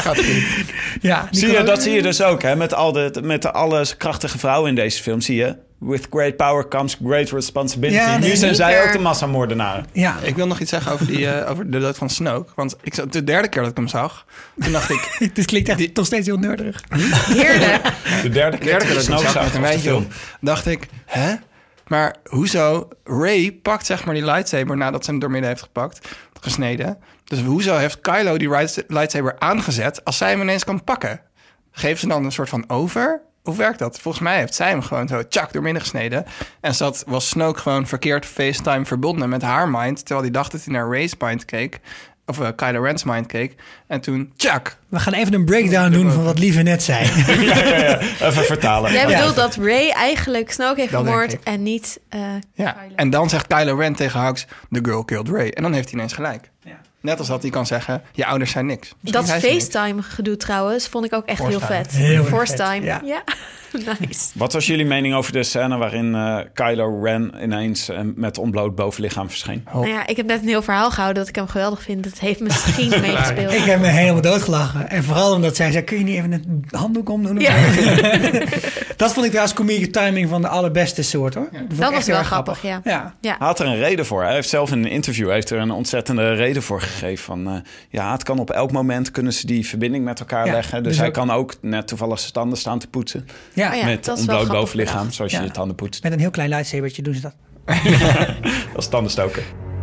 gaat goed. Ja, Zie je, dat zie je dus ook, hè? Met, al de, met de alle krachtige vrouwen in deze film, zie je... With great power comes great responsibility. Ja, nee, nu zijn zeker. zij ook de massamoordenaren. Ja, Ik wil nog iets zeggen over, die, uh, over de dood van Snoke. Want ik, zat- de derde keer dat ik hem zag, toen dacht ik... dit klinkt echt toch steeds heel nerdig. Heerlijk. De derde keer De derde keer dat ik hem Snoke zag met een op de wijntje film. op, dacht ik... Hè? Maar hoezo? Rey pakt zeg maar die lightsaber nadat ze hem doormidden heeft gepakt, gesneden. Dus hoezo heeft Kylo die right- lightsaber aangezet als zij hem ineens kan pakken? Geeft ze dan een soort van over? Hoe werkt dat? Volgens mij heeft zij hem gewoon zo tjak doormidden gesneden. En zat, was Snoke gewoon verkeerd FaceTime verbonden met haar mind, terwijl hij dacht dat hij naar Rey's mind keek. Of uh, Kylo Ren's mind keek. En toen tjak. We gaan even een breakdown doen van wat Lieve net zei. ja, ja, ja. Even vertalen. Jij Ja. bedoelt dat Rey eigenlijk Snoke heeft Dat denk vermoord ik. en niet uh, Ja. Kylo. En dan zegt Kylo Ren tegen Hux, the girl killed Rey. En dan heeft hij ineens gelijk. Ja. Net als dat hij kan zeggen, je ouders zijn niks. Misschien Dat zijn ze niks. FaceTime gedoe trouwens vond ik ook echt Force heel time. vet. Heel erg Force vet, time. ja. Ja. Nice. Wat was jullie mening over de scène waarin uh, Kylo Ren ineens uh, met ontbloot bovenlichaam verscheen? Oh. Nou ja, ik heb net een heel verhaal gehouden dat ik hem geweldig vind. Het heeft misschien meegespeeld. Ik heb me helemaal doodgelachen. En vooral omdat zij zei, kun je niet even een handdoek omdoen? Ja. Dat vond ik trouwens comedic timing van de allerbeste soort, hoor. Dat, vond ik Dat echt was heel wel erg grappig, ja. Ja. Ja. Hij had er een reden voor. Hij heeft zelf in een interview heeft er een ontzettende reden voor gegeven. Van, uh, ja, het kan op elk moment kunnen ze die verbinding met elkaar Ja, leggen. Dus, dus hij ook- kan ook net toevallig zijn tanden staan te poetsen. Ja. Oh ja, met dat is wel ontbloot grappig bovenlichaam, bedacht. zoals Ja. je je tanden poetst. Met een heel klein lightsabertje doen ze dat. Als tandenstoker.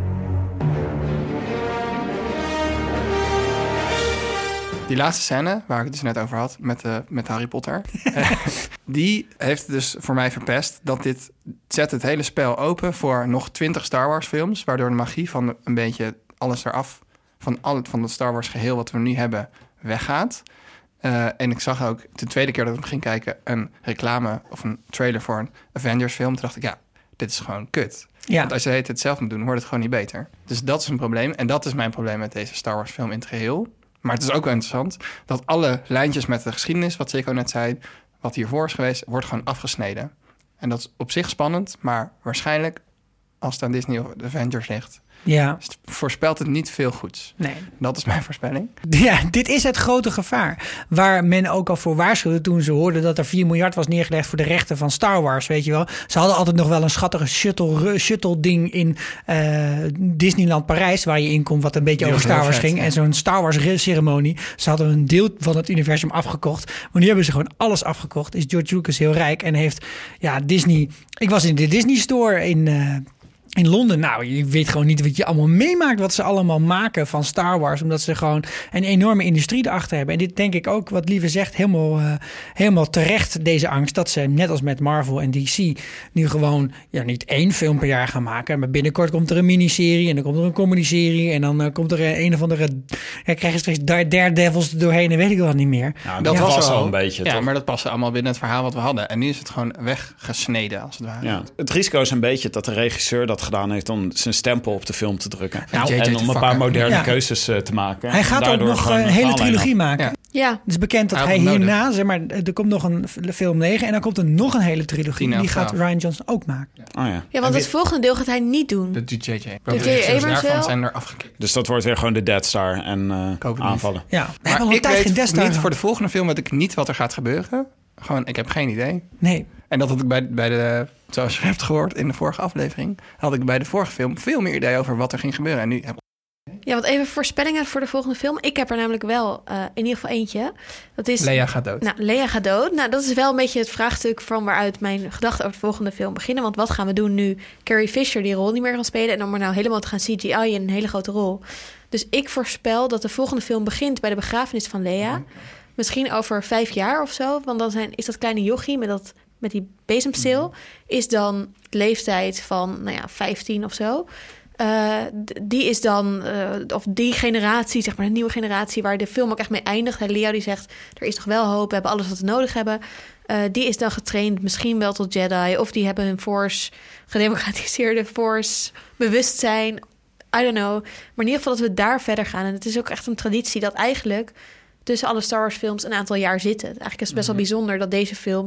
Die laatste scène, waar ik het dus net over had, met, uh, met Harry Potter... eh, die heeft dus voor mij verpest dat dit zet het hele spel open voor nog twintig Star Wars films, waardoor de magie van een beetje alles eraf, van, al het, van het Star Wars geheel wat we nu hebben, weggaat. Uh, en ik zag ook de tweede keer dat ik hem ging kijken een reclame of een trailer voor een Avengers film. Toen dacht ik, ja, dit is gewoon kut. Ja. Want als je het zelf moet doen, wordt het gewoon niet beter. Dus dat is een probleem. En dat is mijn probleem met deze Star Wars film in het geheel. Maar het is ook wel interessant dat alle lijntjes met de geschiedenis, wat Zico net zei, wat hiervoor is geweest, wordt gewoon afgesneden. En dat is op zich spannend, maar waarschijnlijk, als het aan Disney of de Avengers ligt, Ja. voorspelt het niet veel goeds. Nee. Dat is mijn voorspelling. Ja, dit is het grote gevaar. Waar men ook al voor waarschuwde toen ze hoorden dat er vier miljard was neergelegd voor de rechten van Star Wars, weet je wel. Ze hadden altijd nog wel een schattige shuttle, shuttle ding in uh, Disneyland Parijs, waar je in komt, wat een beetje Die over was Star heel Wars vet, ging. ja. En zo'n Star Wars ceremonie. Ze hadden een deel van het universum afgekocht. Maar nu hebben ze gewoon alles afgekocht. Is George Lucas heel rijk en heeft ja, Disney... Ik was in de Disney Store in... Uh, In Londen, nou, je weet gewoon niet wat je allemaal meemaakt, wat ze allemaal maken van Star Wars, omdat ze gewoon een enorme industrie erachter hebben. En dit denk ik ook, wat Lieve zegt, helemaal, uh, helemaal terecht, deze angst, dat ze net als met Marvel en D C nu gewoon ja, niet één film per jaar gaan maken, maar binnenkort komt er een miniserie en dan komt er een comedy-serie en dan uh, komt er een, een of andere, ja, krijg je straks Daredevils er doorheen en weet ik wel niet meer. Nou, dat, dat was al een beetje, ja, toch? maar dat paste allemaal binnen het verhaal wat we hadden. En nu is het gewoon weggesneden, als het ware. Ja. Het risico is een beetje dat de regisseur dat gedaan heeft om zijn stempel op de film te drukken. Nou, en J J om een te paar moderne Ja. keuzes uh, te maken. Hij gaat ook Daardoor nog gewoon een hele verhaallijn trilogie af. maken. Ja. Ja. Het is bekend dat Hij hij had het hierna, zeg maar, er komt nog een film negen en dan komt er nog een hele trilogie. tien, elf, Die gaat twaalf. Ryan Johnson ook maken. Oh, ja. Ja, En want wie- het volgende deel gaat hij niet doen. De J J. J J Abrams wel? zijn er afgekikt. Dus dat wordt weer gewoon de Death Star en uh, hoop het niet. aanvallen. Ja, we Maar hebben al een ik tijd geen weet Death Star niet, gehad. voor de volgende film weet ik niet wat er gaat gebeuren. Gewoon, ik heb geen idee. Nee. En dat had ik bij, bij de, zoals je hebt gehoord in de vorige aflevering, had ik bij de vorige film veel meer idee over wat er ging gebeuren. En nu heb Ja, want even voorspellingen voor de volgende film. Ik heb er namelijk wel uh, in ieder geval eentje. Dat is... Lea gaat dood. Nou, Lea gaat dood. Nou, dat is wel een beetje het vraagstuk van waaruit mijn gedachten over de volgende film beginnen. Want wat gaan we doen nu Carrie Fisher die rol niet meer kan spelen en dan maar nou helemaal te gaan C G I in een hele grote rol. Dus ik voorspel dat de volgende film begint bij de begrafenis van Lea. Misschien over vijf jaar of zo. Want dan zijn, is dat kleine jochie met, dat, met die bezemsteel is dan de leeftijd van, nou ja, vijftien of zo. Uh, d- die is dan, uh, of die generatie, zeg maar, de nieuwe generatie waar de film ook echt mee eindigt. Hè, Leo die zegt, er is nog wel hoop, we hebben alles wat we nodig hebben. Uh, die is dan getraind misschien wel tot Jedi, of die hebben hun Force, gedemocratiseerde Force, bewustzijn. I don't know. Maar in ieder geval dat we daar verder gaan. En het is ook echt een traditie dat eigenlijk tussen alle Star Wars films een aantal jaar zitten. Eigenlijk is het best wel bijzonder dat deze films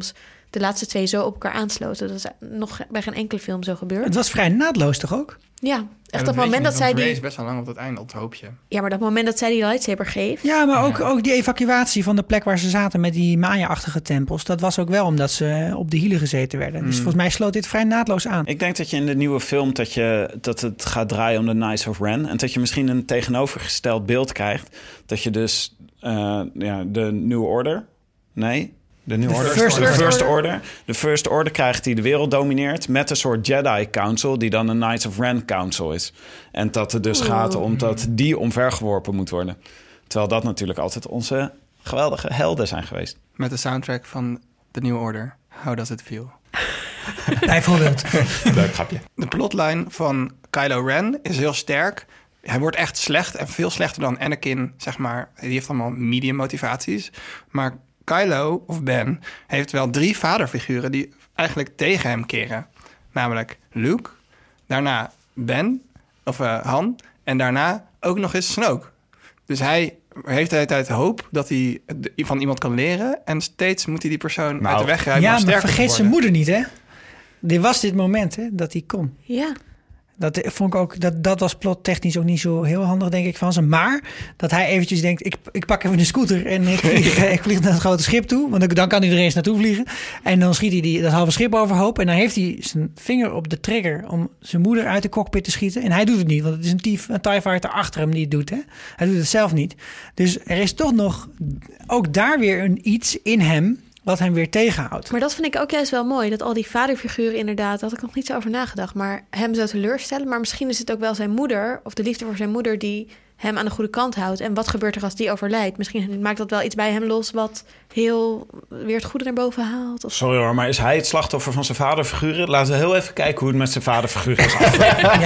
de laatste twee zo op elkaar aansloten. Dat is nog bij geen enkele film zo gebeurd. Het was vrij naadloos toch ook? Ja, echt dat moment dat zij die... is best wel lang op het einde, op het hoopje. Ja, maar dat moment dat zij die lightsaber geeft... Ja, maar ook, Ja. ook die evacuatie van de plek waar ze zaten met die Maya-achtige tempels. Dat was ook wel omdat ze op de hielen gezeten werden. Dus Mm. volgens mij sloot dit vrij naadloos aan. Ik denk dat je in de nieuwe film dat, je, dat het gaat draaien om de Knights of Ren. En dat je misschien een tegenovergesteld beeld krijgt. Dat je dus uh, ja, de New Order... Nee... De New Order. First de Order. First Order. De First Order krijgt die de wereld domineert... met een soort Jedi Council... die dan een Knights of Ren Council is. En dat het dus Oeh. gaat om dat die omvergeworpen moet worden. Terwijl dat natuurlijk altijd onze geweldige helden zijn geweest. Met de soundtrack van The New Order. How does it feel? Bijvoorbeeld. Leuk grapje. De plotline van Kylo Ren is heel sterk. Hij wordt echt slecht en veel slechter dan Anakin, zeg maar. Die heeft allemaal medium motivaties. Maar Kylo, of Ben, heeft wel drie vaderfiguren... die eigenlijk tegen hem keren. Namelijk Luke, daarna Ben, of uh, Han... en daarna ook nog eens Snoke. Dus hij heeft de hele tijd hoop dat hij van iemand kan leren... en steeds moet hij die persoon Nou, uit de weg ruimen Ja, om maar sterker te vergeet zijn worden. moeder niet, hè? Dit was dit moment, hè, dat hij kon. Ja. Dat vond ik ook, dat, dat was plottechnisch ook niet zo heel handig, denk ik, van ze. Maar dat hij eventjes denkt, ik, ik pak even de scooter en ik vlieg, ik vlieg naar het grote schip toe. Want dan kan hij er eens naartoe vliegen. En dan schiet hij die, dat halve schip overhoop. En dan heeft hij zijn vinger op de trigger om zijn moeder uit de cockpit te schieten. En hij doet het niet, want het is een, tief, een TIE Fighter achter hem die het doet. Hè? Hij doet het zelf niet. Dus er is toch nog ook daar weer een iets in hem wat hem weer tegenhoudt. Maar dat vind ik ook juist wel mooi. Dat al die vaderfiguren inderdaad... daar had ik nog niet zo over nagedacht. Maar hem zo teleurstellen. Maar misschien is het ook wel zijn moeder... of de liefde voor zijn moeder... die hem aan de goede kant houdt. En wat gebeurt er als die overlijdt? Misschien maakt dat wel iets bij hem los... wat heel weer het goede naar boven haalt. Of... Sorry hoor, maar is hij het slachtoffer van zijn vaderfiguren? Laten we heel even kijken hoe het met zijn vaderfiguren is afgelopen.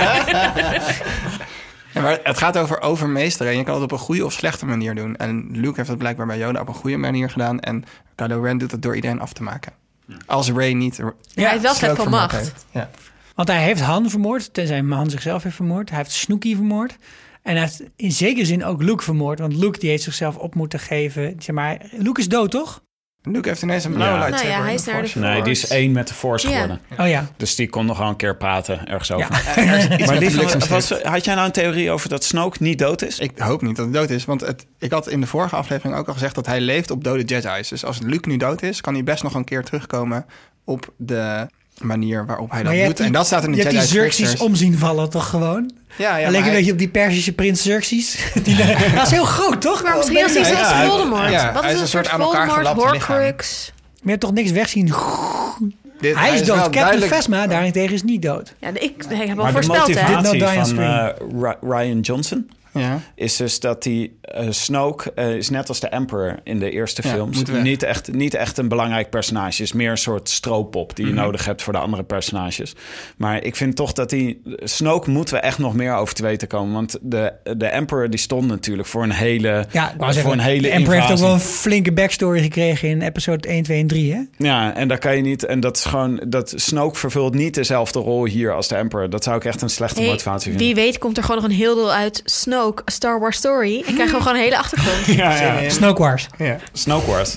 Ja, maar het gaat over overmeesteren. En je kan het op een goede of slechte manier doen. En Luke heeft het blijkbaar bij Yoda op een goede manier gedaan. En Kylo Ren doet het door iedereen af te maken. Als Rey niet... Ja, hij heeft wel slecht Snoke van macht. vermoord heeft. Ja. Want hij heeft Han vermoord, tenzij Han zichzelf heeft vermoord. Hij heeft Snooki vermoord. En hij heeft in zekere zin ook Luke vermoord. Want Luke die heeft zichzelf op moeten geven. Zeg maar, Luke is dood, toch? Luke heeft ineens een blauwe Ja. lightsaber. Nou ja, hij in is naar de Force. Nee, die is één met de Force Ja. geworden. Oh ja. Dus die kon nog wel een keer praten ergens over. Ja. Er is iets Maar met die de van, bliksemschicht. was, had jij nou een theorie over dat Snoke niet dood is? Ik hoop niet dat hij dood is. Want het, ik had in de vorige aflevering ook al gezegd... dat hij leeft op dode Jedi's. Dus als Luke nu dood is... kan hij best nog een keer terugkomen... op de manier waarop hij Maar dat je doet. hebt die- En dat staat in de Je hebt die Jedi Xerxes scriptures. om zien vallen, toch gewoon? Ja, ja, Hij maar leek een hij- beetje op die Persische prins Xerxes. Die, dat is heel groot, toch? Maar misschien als hij Ja, zelfs ja, Voldemort. ja, Wat hij is is een een soort soort aan elkaar Voldemort, gelapte lichaam. Horcrux? Maar je hebt toch niks wegzien. Dit- Hij is dood. wel Captain duidelijk- Phasma daarentegen is niet dood. Ja, ik, ik heb al Maar de voorspeld, hè? motivatie Did not die on van eh, screen. Ry- Ryan Johnson... Ja. is dus dat die uh, Snoke uh, is net als de Emperor in de eerste Ja, films. moet weg. Niet echt, niet echt een belangrijk personage. Is meer een soort stroopop die je Mhm. nodig hebt voor de andere personages. Maar ik vind toch dat die... Snoke moeten we echt nog meer over te weten komen. Want de, de Emperor die stond natuurlijk voor een hele... Ja, ik wou voor zeggen, een hele de Emperor heeft ook invasie. wel een flinke backstory gekregen in episode één, twee en drie, hè? Ja, en daar kan je niet... En dat is gewoon... Dat Snoke vervult niet dezelfde rol hier als de Emperor. Dat zou ik echt een slechte Hey, motivatie vinden. wie weet komt er gewoon nog een heel deel uit Snoke, A Star Wars Story. En krijgen we gewoon een hele achtergrond. Ja, ja. Zin in. Snoke Wars. Ja. Snoke Wars.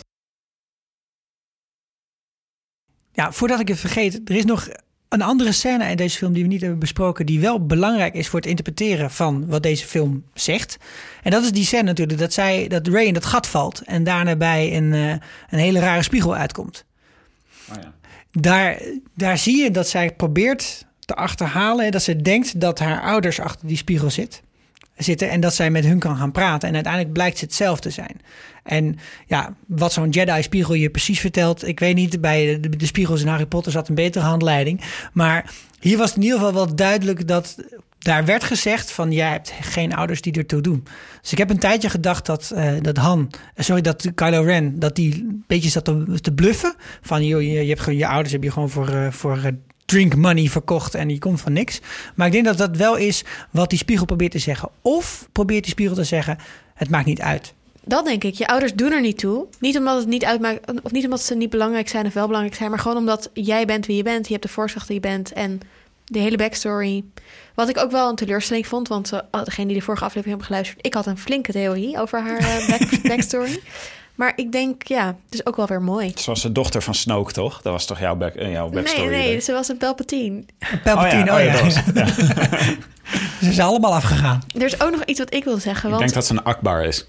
Ja, voordat ik het vergeet, er is nog een andere scène in deze film die we niet hebben besproken, die wel belangrijk is voor het interpreteren van wat deze film zegt. En dat is die scène natuurlijk, dat, zij, dat Rey in dat gat valt en daarna bij een, uh, een hele rare spiegel uitkomt. Oh ja. Daar, daar zie je dat zij probeert te achterhalen, dat ze denkt dat haar ouders achter die spiegel zit, zitten en dat zij met hun kan gaan praten. En uiteindelijk blijkt ze hetzelfde te zijn. En ja, wat zo'n Jedi-spiegel je precies vertelt, ik weet niet, bij de, de spiegels in Harry Potter zat een betere handleiding. Maar hier was het in ieder geval wel duidelijk dat daar werd gezegd van, jij hebt geen ouders die ertoe doen. Dus ik heb een tijdje gedacht dat, uh, dat Han, sorry, dat Kylo Ren, dat die een beetje zat te, te bluffen. Van, joh, je, je hebt gewoon je ouders heb je gewoon voor, uh, voor uh, drink money verkocht en die komt van niks. Maar ik denk dat dat wel is wat die spiegel probeert te zeggen. Of probeert die spiegel te zeggen, het maakt niet uit. Dat denk ik. Je ouders doen er niet toe. Niet omdat het niet uitmaakt, of niet omdat ze niet belangrijk zijn of wel belangrijk zijn, maar gewoon omdat jij bent wie je bent. Je hebt de voorzorg die je bent en de hele backstory. Wat ik ook wel een teleurstelling vond, want uh, degene die de vorige aflevering hebben geluisterd, ik had een flinke theorie over haar uh, back, backstory. Maar ik denk, ja, het is ook wel weer mooi. Ze was de dochter van Snoke, toch? Dat was toch jouw, back, jouw backstory? Nee, nee, ze was een Palpatine. Palpatine, oh ja. Oh, ja. Oh, ja. Dat was het, ja. Ze zijn allemaal afgegaan. Er is ook nog iets wat ik wil zeggen. Ik want... denk dat ze een Akbar is.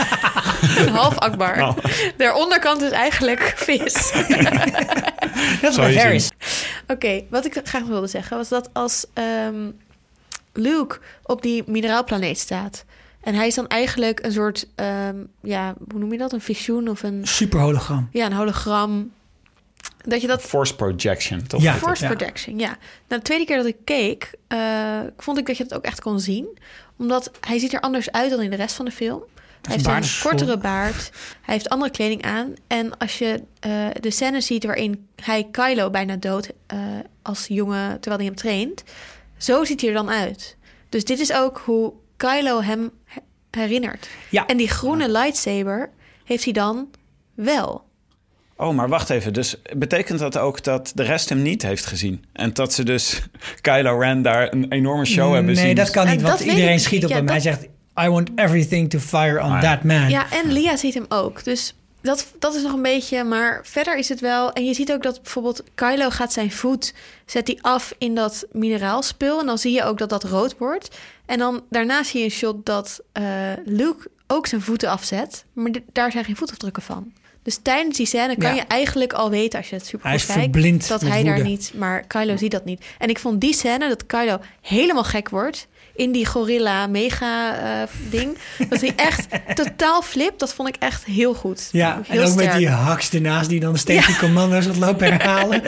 Een half Akbar. Oh. De onderkant is eigenlijk vis. Dat is bij Varys. Oké, okay, wat ik graag wilde zeggen was dat als um, Luke op die mineraalplaneet staat... en hij is dan eigenlijk een soort, um, ja, hoe noem je dat? Een visioen of een... Superhologram. Ja, een hologram. Dat je dat... Force projection, toch? Ja, Force ja. projection, ja. Nou, de tweede keer dat ik keek, uh, vond ik dat je dat ook echt kon zien. Omdat hij ziet er anders uit dan in de rest van de film. Hij heeft een kortere baard. Hij heeft andere kleding aan. En als je uh, de scène ziet waarin hij Kylo bijna dood uh, als jongen terwijl hij hem traint, zo ziet hij er dan uit. Dus dit is ook hoe Kylo hem herinnert. Ja. En die groene lightsaber heeft hij dan wel. Oh, maar wacht even. Dus betekent dat ook dat de rest hem niet heeft gezien? En dat ze dus Kylo Ren daar een enorme show nee, hebben zien? Nee, dat kan niet, en want iedereen schiet op ja, hem. dat... Hij zegt, I want everything to fire on ah, that man. Ja, en Leia ziet hem ook. Dus dat, dat is nog een beetje... Maar verder is het wel... En je ziet ook dat bijvoorbeeld Kylo gaat zijn voet... zet hij af in dat mineraalspul. En dan zie je ook dat dat rood wordt. En dan daarna zie je een shot dat uh, Luke ook zijn voeten afzet. Maar d- daar zijn geen voetafdrukken van. Dus tijdens die scène kan ja. je eigenlijk al weten... als je het super goed kijkt, dat hij woede. daar niet... Maar Kylo ziet dat niet. En ik vond die scène dat Kylo helemaal gek wordt... in die gorilla mega uh, ding. Dat hij echt totaal flipt. Dat vond ik echt heel goed. Ja, heel en ook sterk. met die haks ernaast... die dan steeds ja. die commando's wat lopen herhalen.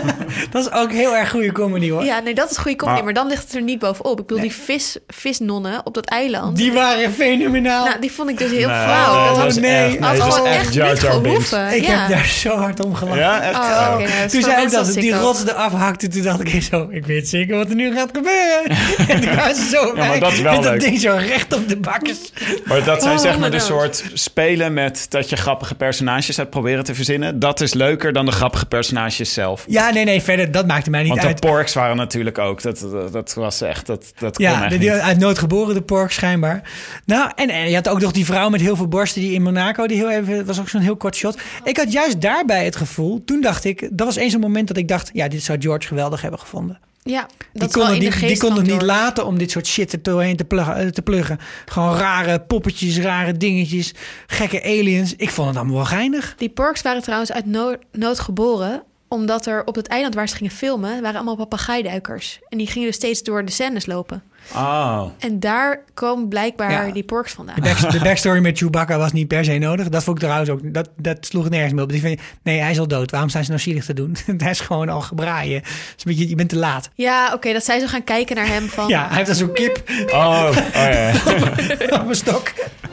Dat is ook heel erg goede comedy, hoor. Ja, nee, dat is goede comedy. Maar, maar dan ligt het er niet bovenop. Ik bedoel, nee. die vis, visnonnen op dat eiland... Die waren fenomenaal. Nou, die vond ik dus heel nee, flauw. Dat was nee, echt, had nee, gewoon echt, echt Jar niet Jar gehoeven. Ik ja. heb daar zo hard om gelachen. Ja, echt? Oh, okay, nou, toen zei ik dat die rots eraf hakte, toen dacht ik zo... ik weet zeker wat er nu gaat gebeuren. En toen waren ze zo ja, maar dat is wel met dat leuk. ding zo recht op de bakkers. Maar dat zijn oh, zeg maar de no. soort spelen met dat je grappige personages hebt proberen te verzinnen. Dat is leuker dan de grappige personages zelf. Ja, nee, nee, verder, dat maakte mij niet Want uit. Want de porks waren natuurlijk ook, dat, dat, dat was echt, dat, dat kon ja, echt de, niet. uit nood geboren, de pork schijnbaar. Nou, en, en je had ook nog die vrouw met heel veel borsten die in Monaco, die heel even, dat was ook zo'n heel kort shot. Ik had juist daarbij het gevoel, toen dacht ik, dat was eens een moment dat ik dacht, ja, dit zou George geweldig hebben gevonden. Ja, dat die kon het niet, die kon het niet George. laten om dit soort shit er doorheen te pluggen, te pluggen. Gewoon rare poppetjes, rare dingetjes, gekke aliens. Ik vond het allemaal wel geinig. Die porks waren trouwens uit nood, nood geboren... omdat er op het eiland waar ze gingen filmen... waren allemaal papegaaidijkers. En die gingen dus steeds door de scènes lopen. Oh. En daar komen blijkbaar ja. die porks vandaan. De, back, de backstory met Chewbacca was niet per se nodig. Dat vond ik trouwens ook. Dat, dat sloeg nergens meer op. Dus vind, nee, hij is al dood. Waarom zijn ze nou zielig te doen? Hij is gewoon al gebraaien. Dus een beetje, je bent te laat. Ja, oké. Okay, dat zij zo gaan kijken naar hem van... Ja, hij heeft dan zo'n kip. Oh, oh ja. Op een stok.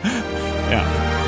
Ja.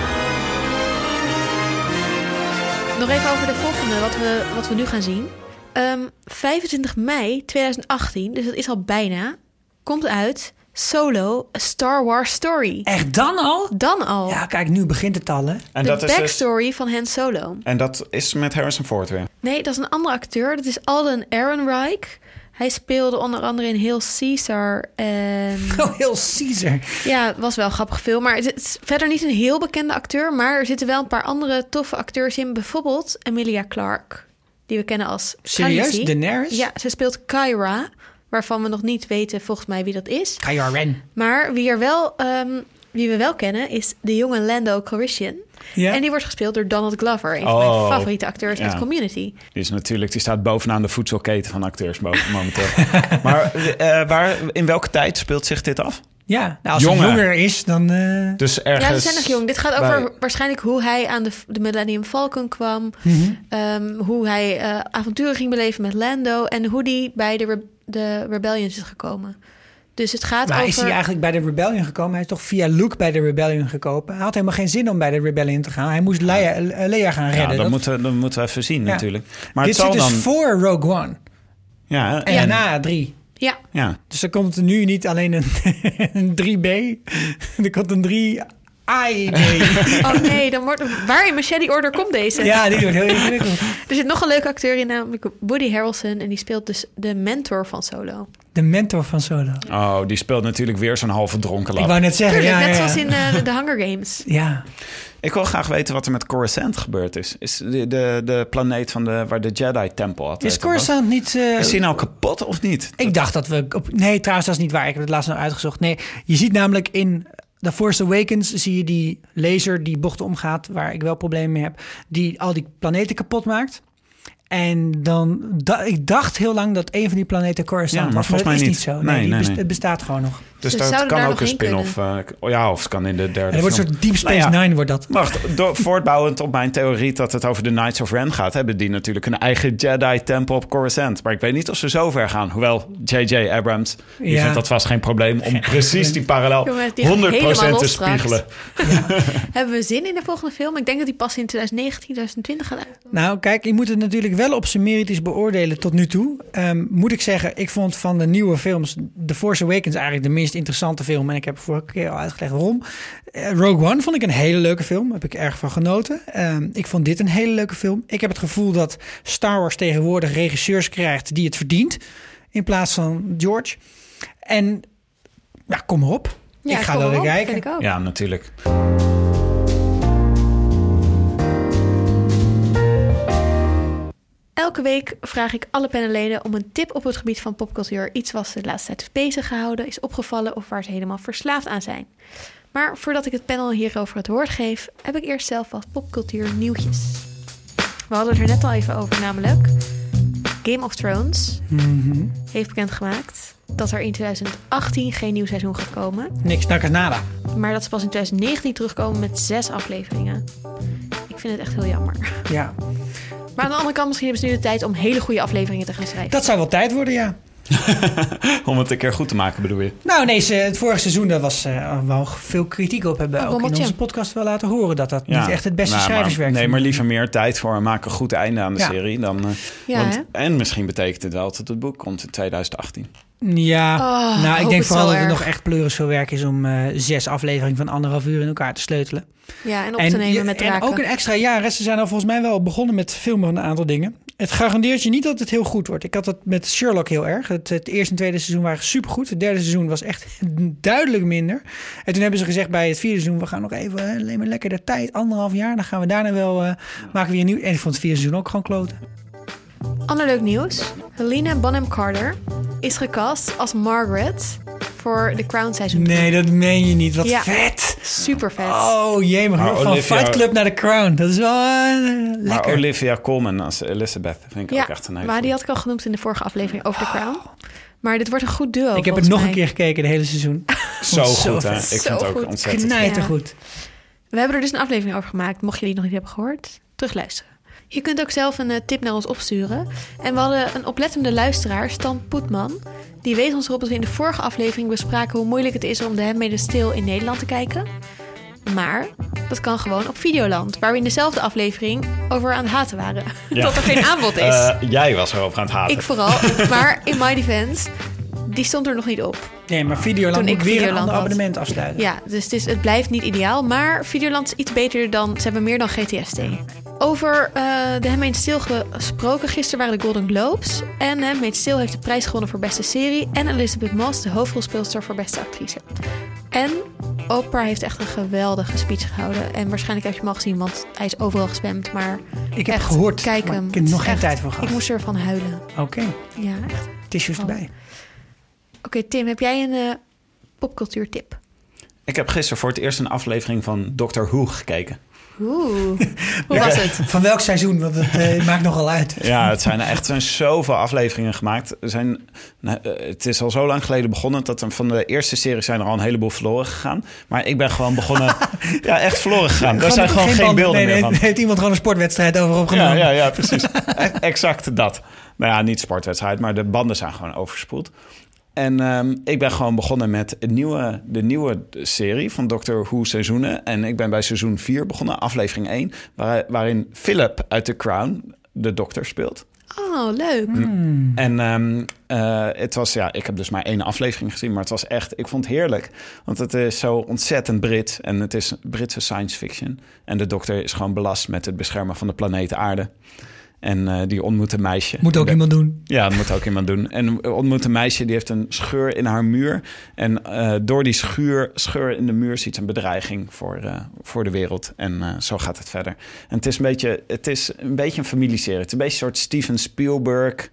Nog even over de volgende, wat we, wat we nu gaan zien. Um, vijfentwintig mei tweeduizend achttien, dus dat is al bijna, komt uit Solo, A Star Wars Story. Echt dan al? Dan al. Ja, kijk, nu begint het al, hè? En de dat backstory is dus... van Han Solo. En dat is met Harrison Ford weer? Nee, dat is een andere acteur. Dat is Alden Ehrenreich. Hij speelde onder andere in Hail Caesar en... Oh, Hail Caesar. Ja, het was wel een grappig film. Maar het is verder niet een heel bekende acteur. Maar er zitten wel een paar andere toffe acteurs in. Bijvoorbeeld Emilia Clarke, die we kennen als Serieus? Khaleesi. Daenerys? Ja, ze speelt Kyra, waarvan we nog niet weten volgens mij wie dat is. Kylo Ren. Maar wie, er wel, um, wie we wel kennen is de jonge Lando Calrissian. Ja? En die wordt gespeeld door Donald Glover, een van Oh, mijn favoriete acteurs ja. uit Community. Die is natuurlijk, die staat bovenaan de voedselketen van acteurs momenteel. Maar uh, waar, in welke tijd speelt zich dit af? Ja, nou, als Jonger. hij jonger is, dan... Uh... Dus ergens... Ja, ze zijn nog jong. Dit gaat over bij... waarschijnlijk hoe hij aan de, de Millennium Falcon kwam. Mm-hmm. Um, hoe hij uh, avonturen ging beleven met Lando. En hoe die bij de, Re- de Rebellions is gekomen. Dus het gaat maar over... is hij eigenlijk bij de Rebellion gekomen? Hij is toch via Luke bij de Rebellion gekomen? Hij had helemaal geen zin om bij de Rebellion te gaan. Hij moest Leia, Leia gaan redden. Ja, dat, dat... moeten, dat moeten we even zien ja. natuurlijk. Maar dit het zal zit dus dan... voor Rogue One. Ja, en, en daarna drie. Ja. ja. Dus er komt er nu niet alleen een, een drie B. Er komt een drie A. Oh nee, dan wordt... waar in Machete Order komt deze? Ja, die wordt heel ingewikkeld. Er zit nog een leuke acteur in, namelijk Woody Harrelson. En die speelt dus de mentor van Solo. De mentor van Solo. Oh, die speelt natuurlijk weer zo'n halve dronken lap. Ik wou net zeggen, Tuurlijk, ja, net ja, ja. zoals in uh, The Hunger Games. Ja. Ik wil graag weten wat er met Coruscant gebeurd is. Is de, de, de planeet van de, waar de Jedi-tempel had. Is Coruscant niet... Uh, is die nou kapot of niet? Ik dacht dat we... Op, nee, trouwens, dat is niet waar. Ik heb het laatst nog uitgezocht. Nee, je ziet namelijk in The Force Awakens... zie je die laser die bochten omgaat... waar ik wel problemen mee heb... die al die planeten kapot maakt... En dan, da, ik dacht heel lang dat een van die planeten Coruscant ja, maar was, maar dat is niet niet zo. Nee, nee, die nee, best, nee. Het bestaat gewoon nog. Dus Ze dat kan ook een spin-off. Uh, ja, of het kan in de derde en er wordt film. een soort Deep Space nou ja, Nine wordt dat. Wacht, door, voortbouwend op mijn theorie dat het over de Knights of Ren gaat... hebben die natuurlijk een eigen Jedi-tempel op Coruscant. Maar ik weet niet of ze zo ver gaan. Hoewel J J Abrams, die ja. vindt dat vast geen probleem... om precies die parallel Jongen, die honderd procent te spiegelen. Ja. Hebben we zin in de volgende film? Ik denk dat die pas in twintig negentien, twintig twintig gaat uit. Nou, kijk, je moet het natuurlijk wel op zijn merites beoordelen tot nu toe. Um, moet ik zeggen, ik vond van de nieuwe films... The Force Awakens eigenlijk de minst interessante film... en ik heb vorige keer al uitgelegd waarom. Uh, Rogue One vond ik een hele leuke film. Heb ik erg van genoten. Um, ik vond dit een hele leuke film. Ik heb het gevoel dat Star Wars tegenwoordig regisseurs krijgt... die het verdient, in plaats van George. En ja, kom maar op. Ja, ik ga er weer kijken. Ik ook. Ja, natuurlijk. Elke week vraag ik alle panelleden om een tip op het gebied van popcultuur. Iets wat ze de laatste tijd bezig gehouden, is opgevallen of waar ze helemaal verslaafd aan zijn. Maar voordat ik het panel hierover het woord geef, heb ik eerst zelf wat popcultuur nieuwtjes. We hadden het er net al even over, namelijk Game of Thrones mm-hmm. heeft bekendgemaakt dat er in twintig achttien geen nieuw seizoen gaat komen. Niks nakker nada. Maar dat ze pas in twintig negentien terugkomen met zes afleveringen. Ik vind het echt heel jammer. Ja. Maar aan de andere kant, misschien hebben ze nu de tijd om hele goede afleveringen te gaan schrijven. Dat zou wel tijd worden, ja. Om het een keer goed te maken, bedoel je? Nou, nee, het vorige seizoen, daar was uh, wel veel kritiek op. Hebben we oh, ook in je. onze podcast wel laten horen... dat dat ja. niet echt het beste nou, schrijverswerk is. Nee, maar liever meer tijd voor en maak een goed einde aan de ja. serie. Dan, uh, ja, want, en misschien betekent het wel dat het boek komt in twintig achttien. Ja, oh, nou, ik denk vooral dat erg. het nog echt pleuris veel werk is... om uh, zes afleveringen van anderhalf uur in elkaar te sleutelen. Ja, en op en, te nemen met draken. En ook een extra jaar. Ze zijn al volgens mij wel begonnen met filmen van een aantal dingen. Het garandeert je niet dat het heel goed wordt. Ik had dat met Sherlock heel erg. Het, het eerste en tweede seizoen waren supergoed. Het derde seizoen was echt duidelijk minder. En toen hebben ze gezegd bij het vierde seizoen... we gaan nog even alleen maar lekker de tijd, anderhalf jaar. Dan gaan we daarna wel uh, maken we weer nieuw. En ik vond het vierde seizoen ook gewoon kloten. Ander leuk nieuws. Helena Bonham Carter is gecast als Margaret voor The Crown seizoen. Nee, dat meen je niet. Wat ja, vet. Super vet. Oh jee, maar van Olivia, Fight Club naar The Crown. Dat is wel uh, lekker. Maar Olivia Colman als Elizabeth vind ik ja, ook echt een hele maar goeie. die had ik al genoemd in de vorige aflevering over The Crown. Maar dit wordt een goed duo. Ik heb het nog mij. een keer gekeken, de hele seizoen. Zo goed, zo hè? Ik zo vind het ook goed. ontzettend knijtergoed. Ja. We hebben er dus een aflevering over gemaakt. Mocht je die nog niet hebben gehoord, terugluisteren. Je kunt ook zelf een uh, tip naar ons opsturen. En we hadden een oplettende luisteraar, Stan Poetman. Die wees ons erop dat we in de vorige aflevering bespraken... hoe moeilijk het is om The Handmaid's Tale in Nederland te kijken. Maar dat kan gewoon op Videoland. Waar we in dezelfde aflevering over aan het haten waren. Ja. Dat er geen aanbod is. Uh, jij was erover aan het haten. Ik vooral. Maar in my defense, die stond er nog niet op. Nee, maar Videoland moet weer Videoland een ander had. abonnement afsluiten. Ja, dus het, is, het blijft niet ideaal. Maar Videoland is iets beter dan... Ze hebben meer dan G T S T. Over uh, The Handmaid's Tale gesproken. Gisteren waren de Golden Globes. En Handmaid's Tale heeft de prijs gewonnen voor beste serie. En Elizabeth Moss, de hoofdrolspeelster, voor beste actrice. En Oprah heeft echt een geweldige speech gehouden. En waarschijnlijk heb je hem al gezien, want hij is overal gespamd. Maar ik heb echt, gehoord, kijk hem. Ik heb nog geen echt, tijd voor gehad. Ik moest ervan huilen. Oké. Okay. Ja, echt. Tissues oh. erbij. Oké, okay, Tim, heb jij een uh, popcultuurtip? Ik heb gisteren voor het eerst een aflevering van Doctor Who gekeken. Oeh, hoe was het? Van welk seizoen? Want het uh, maakt nogal uit. Ja, het zijn echt zijn zoveel afleveringen gemaakt. Er zijn, nou, het is al zo lang geleden begonnen... dat er van de eerste serie zijn er al een heleboel verloren gegaan. Maar ik ben gewoon begonnen... ja, echt verloren gegaan. Ja, er zijn gewoon geen, geen beelden nee, meer nee, van. Heeft iemand gewoon een sportwedstrijd over opgenomen? Ja, ja, ja, precies. Exact dat. Nou ja, niet sportwedstrijd, maar de banden zijn gewoon overspoeld. En um, ik ben gewoon begonnen met een nieuwe, de nieuwe serie van Doctor Who seizoenen. En ik ben bij seizoen vier begonnen, aflevering één... Waar, waarin Philip uit The Crown de dokter speelt. Oh, leuk. Hmm. En um, uh, het was, ja, ik heb dus maar één aflevering gezien... maar het was echt, ik vond het heerlijk. Want het is zo ontzettend Brits en het is Britse science fiction. En de dokter is gewoon belast met het beschermen van de planeet Aarde. En uh, die ontmoet een meisje. Moet ook de, iemand doen. Ja, dat moet ook iemand doen. En ontmoet een meisje die heeft een scheur in haar muur. En uh, door die scheur, scheur in de muur ziet ze een bedreiging voor, uh, voor de wereld. En uh, zo gaat het verder. En het is een beetje, het is een, beetje een familieserie. Het is een beetje een soort Steven Spielberg.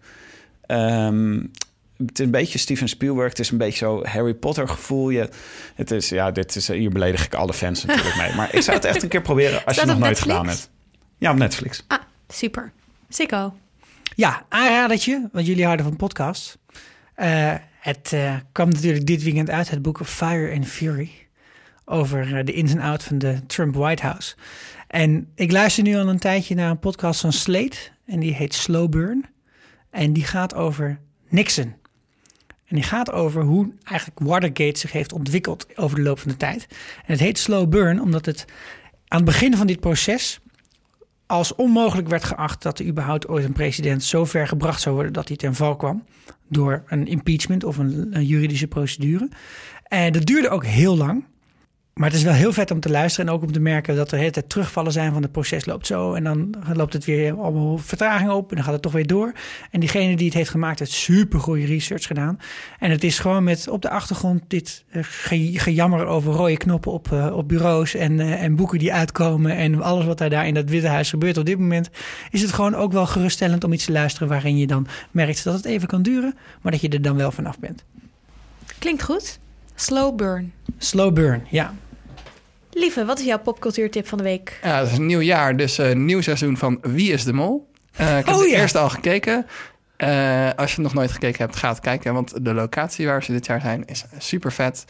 Um, het is een beetje Steven Spielberg. Het is een beetje zo Harry Potter gevoel. Je, het is, ja, dit is, hier beledig ik alle fans natuurlijk mee. Maar ik zou het echt een keer proberen als je het nog nooit Netflix? gedaan hebt. Ja, op Netflix. Ah, super. Sikko. Ja, aanradertje, want jullie houden van podcasts. Uh, het uh, kwam natuurlijk dit weekend uit, het boek Fire and Fury. Over uh, de ins en outs van de Trump White House. En ik luister nu al een tijdje naar een podcast van Slate. En die heet Slow Burn. En die gaat over Nixon. En die gaat over hoe eigenlijk Watergate zich heeft ontwikkeld over de loop van de tijd. En het heet Slow Burn omdat het aan het begin van dit proces als onmogelijk werd geacht dat er überhaupt ooit een president zo ver gebracht zou worden dat hij ten val kwam door een impeachment of een, een juridische procedure. En dat duurde ook heel lang. Maar het is wel heel vet om te luisteren en ook om te merken dat er de hele tijd terugvallen zijn van het proces loopt zo. En dan loopt het weer allemaal vertraging op en dan gaat het toch weer door. En diegene die het heeft gemaakt heeft super goede research gedaan. En het is gewoon met op de achtergrond dit uh, ge, gejammer over rode knoppen op, uh, op bureaus en, uh, en boeken die uitkomen. En alles wat daar in dat Witte Huis gebeurt op dit moment. Is het gewoon ook wel geruststellend om iets te luisteren waarin je dan merkt dat het even kan duren. Maar dat je er dan wel vanaf bent. Klinkt goed. Slow Burn. Slow Burn, ja. Lieve, wat is jouw popcultuurtip van de week? Ja, het is een nieuw jaar, dus een uh, nieuw seizoen van Wie is de Mol? Uh, ik heb oh, de ja. eerste al gekeken. Uh, als je het nog nooit gekeken hebt, ga het kijken. Want de locatie waar ze dit jaar zijn is super vet.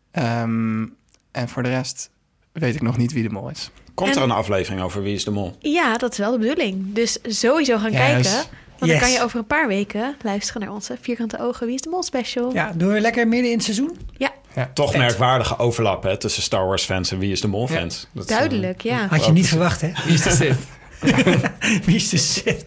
Um, en voor de rest weet ik nog niet wie de mol is. Komt en... er een aflevering over Wie is de Mol? Ja, dat is wel de bedoeling. Dus sowieso gaan yes. kijken. Want yes. dan kan je over een paar weken luisteren naar onze Vierkante Ogen Wie is de Mol special. Ja, doen we lekker midden in het seizoen? Ja. Ja. Toch Vet. merkwaardige overlap hè, tussen Star Wars fans en Wie is de Mol fans. Ja. Dat, Duidelijk, uh, ja. Had je niet verwacht, hè? Wie is de Sith? Wie is de Sith?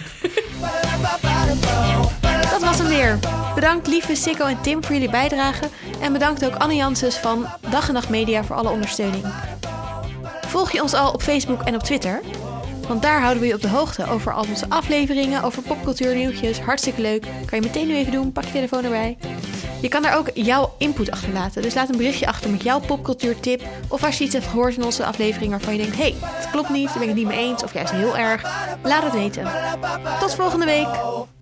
Dat was hem weer. Bedankt lieve Sikko en Tim voor jullie bijdrage. En bedankt ook Anne Janssens van Dag en Nacht Media voor alle ondersteuning. Volg je ons al op Facebook en op Twitter? Want daar houden we je op de hoogte over al onze afleveringen, over popcultuurnieuwtjes. Hartstikke leuk. Kan je meteen nu even doen. Pak je telefoon erbij. Je kan daar ook jouw input achterlaten. Dus laat een berichtje achter met jouw popcultuurtip. Of als je iets hebt gehoord in onze aflevering waarvan je denkt, hé, hey, dat klopt niet, daar ben ik het niet mee eens. Of juist heel erg. Laat het weten. Tot volgende week.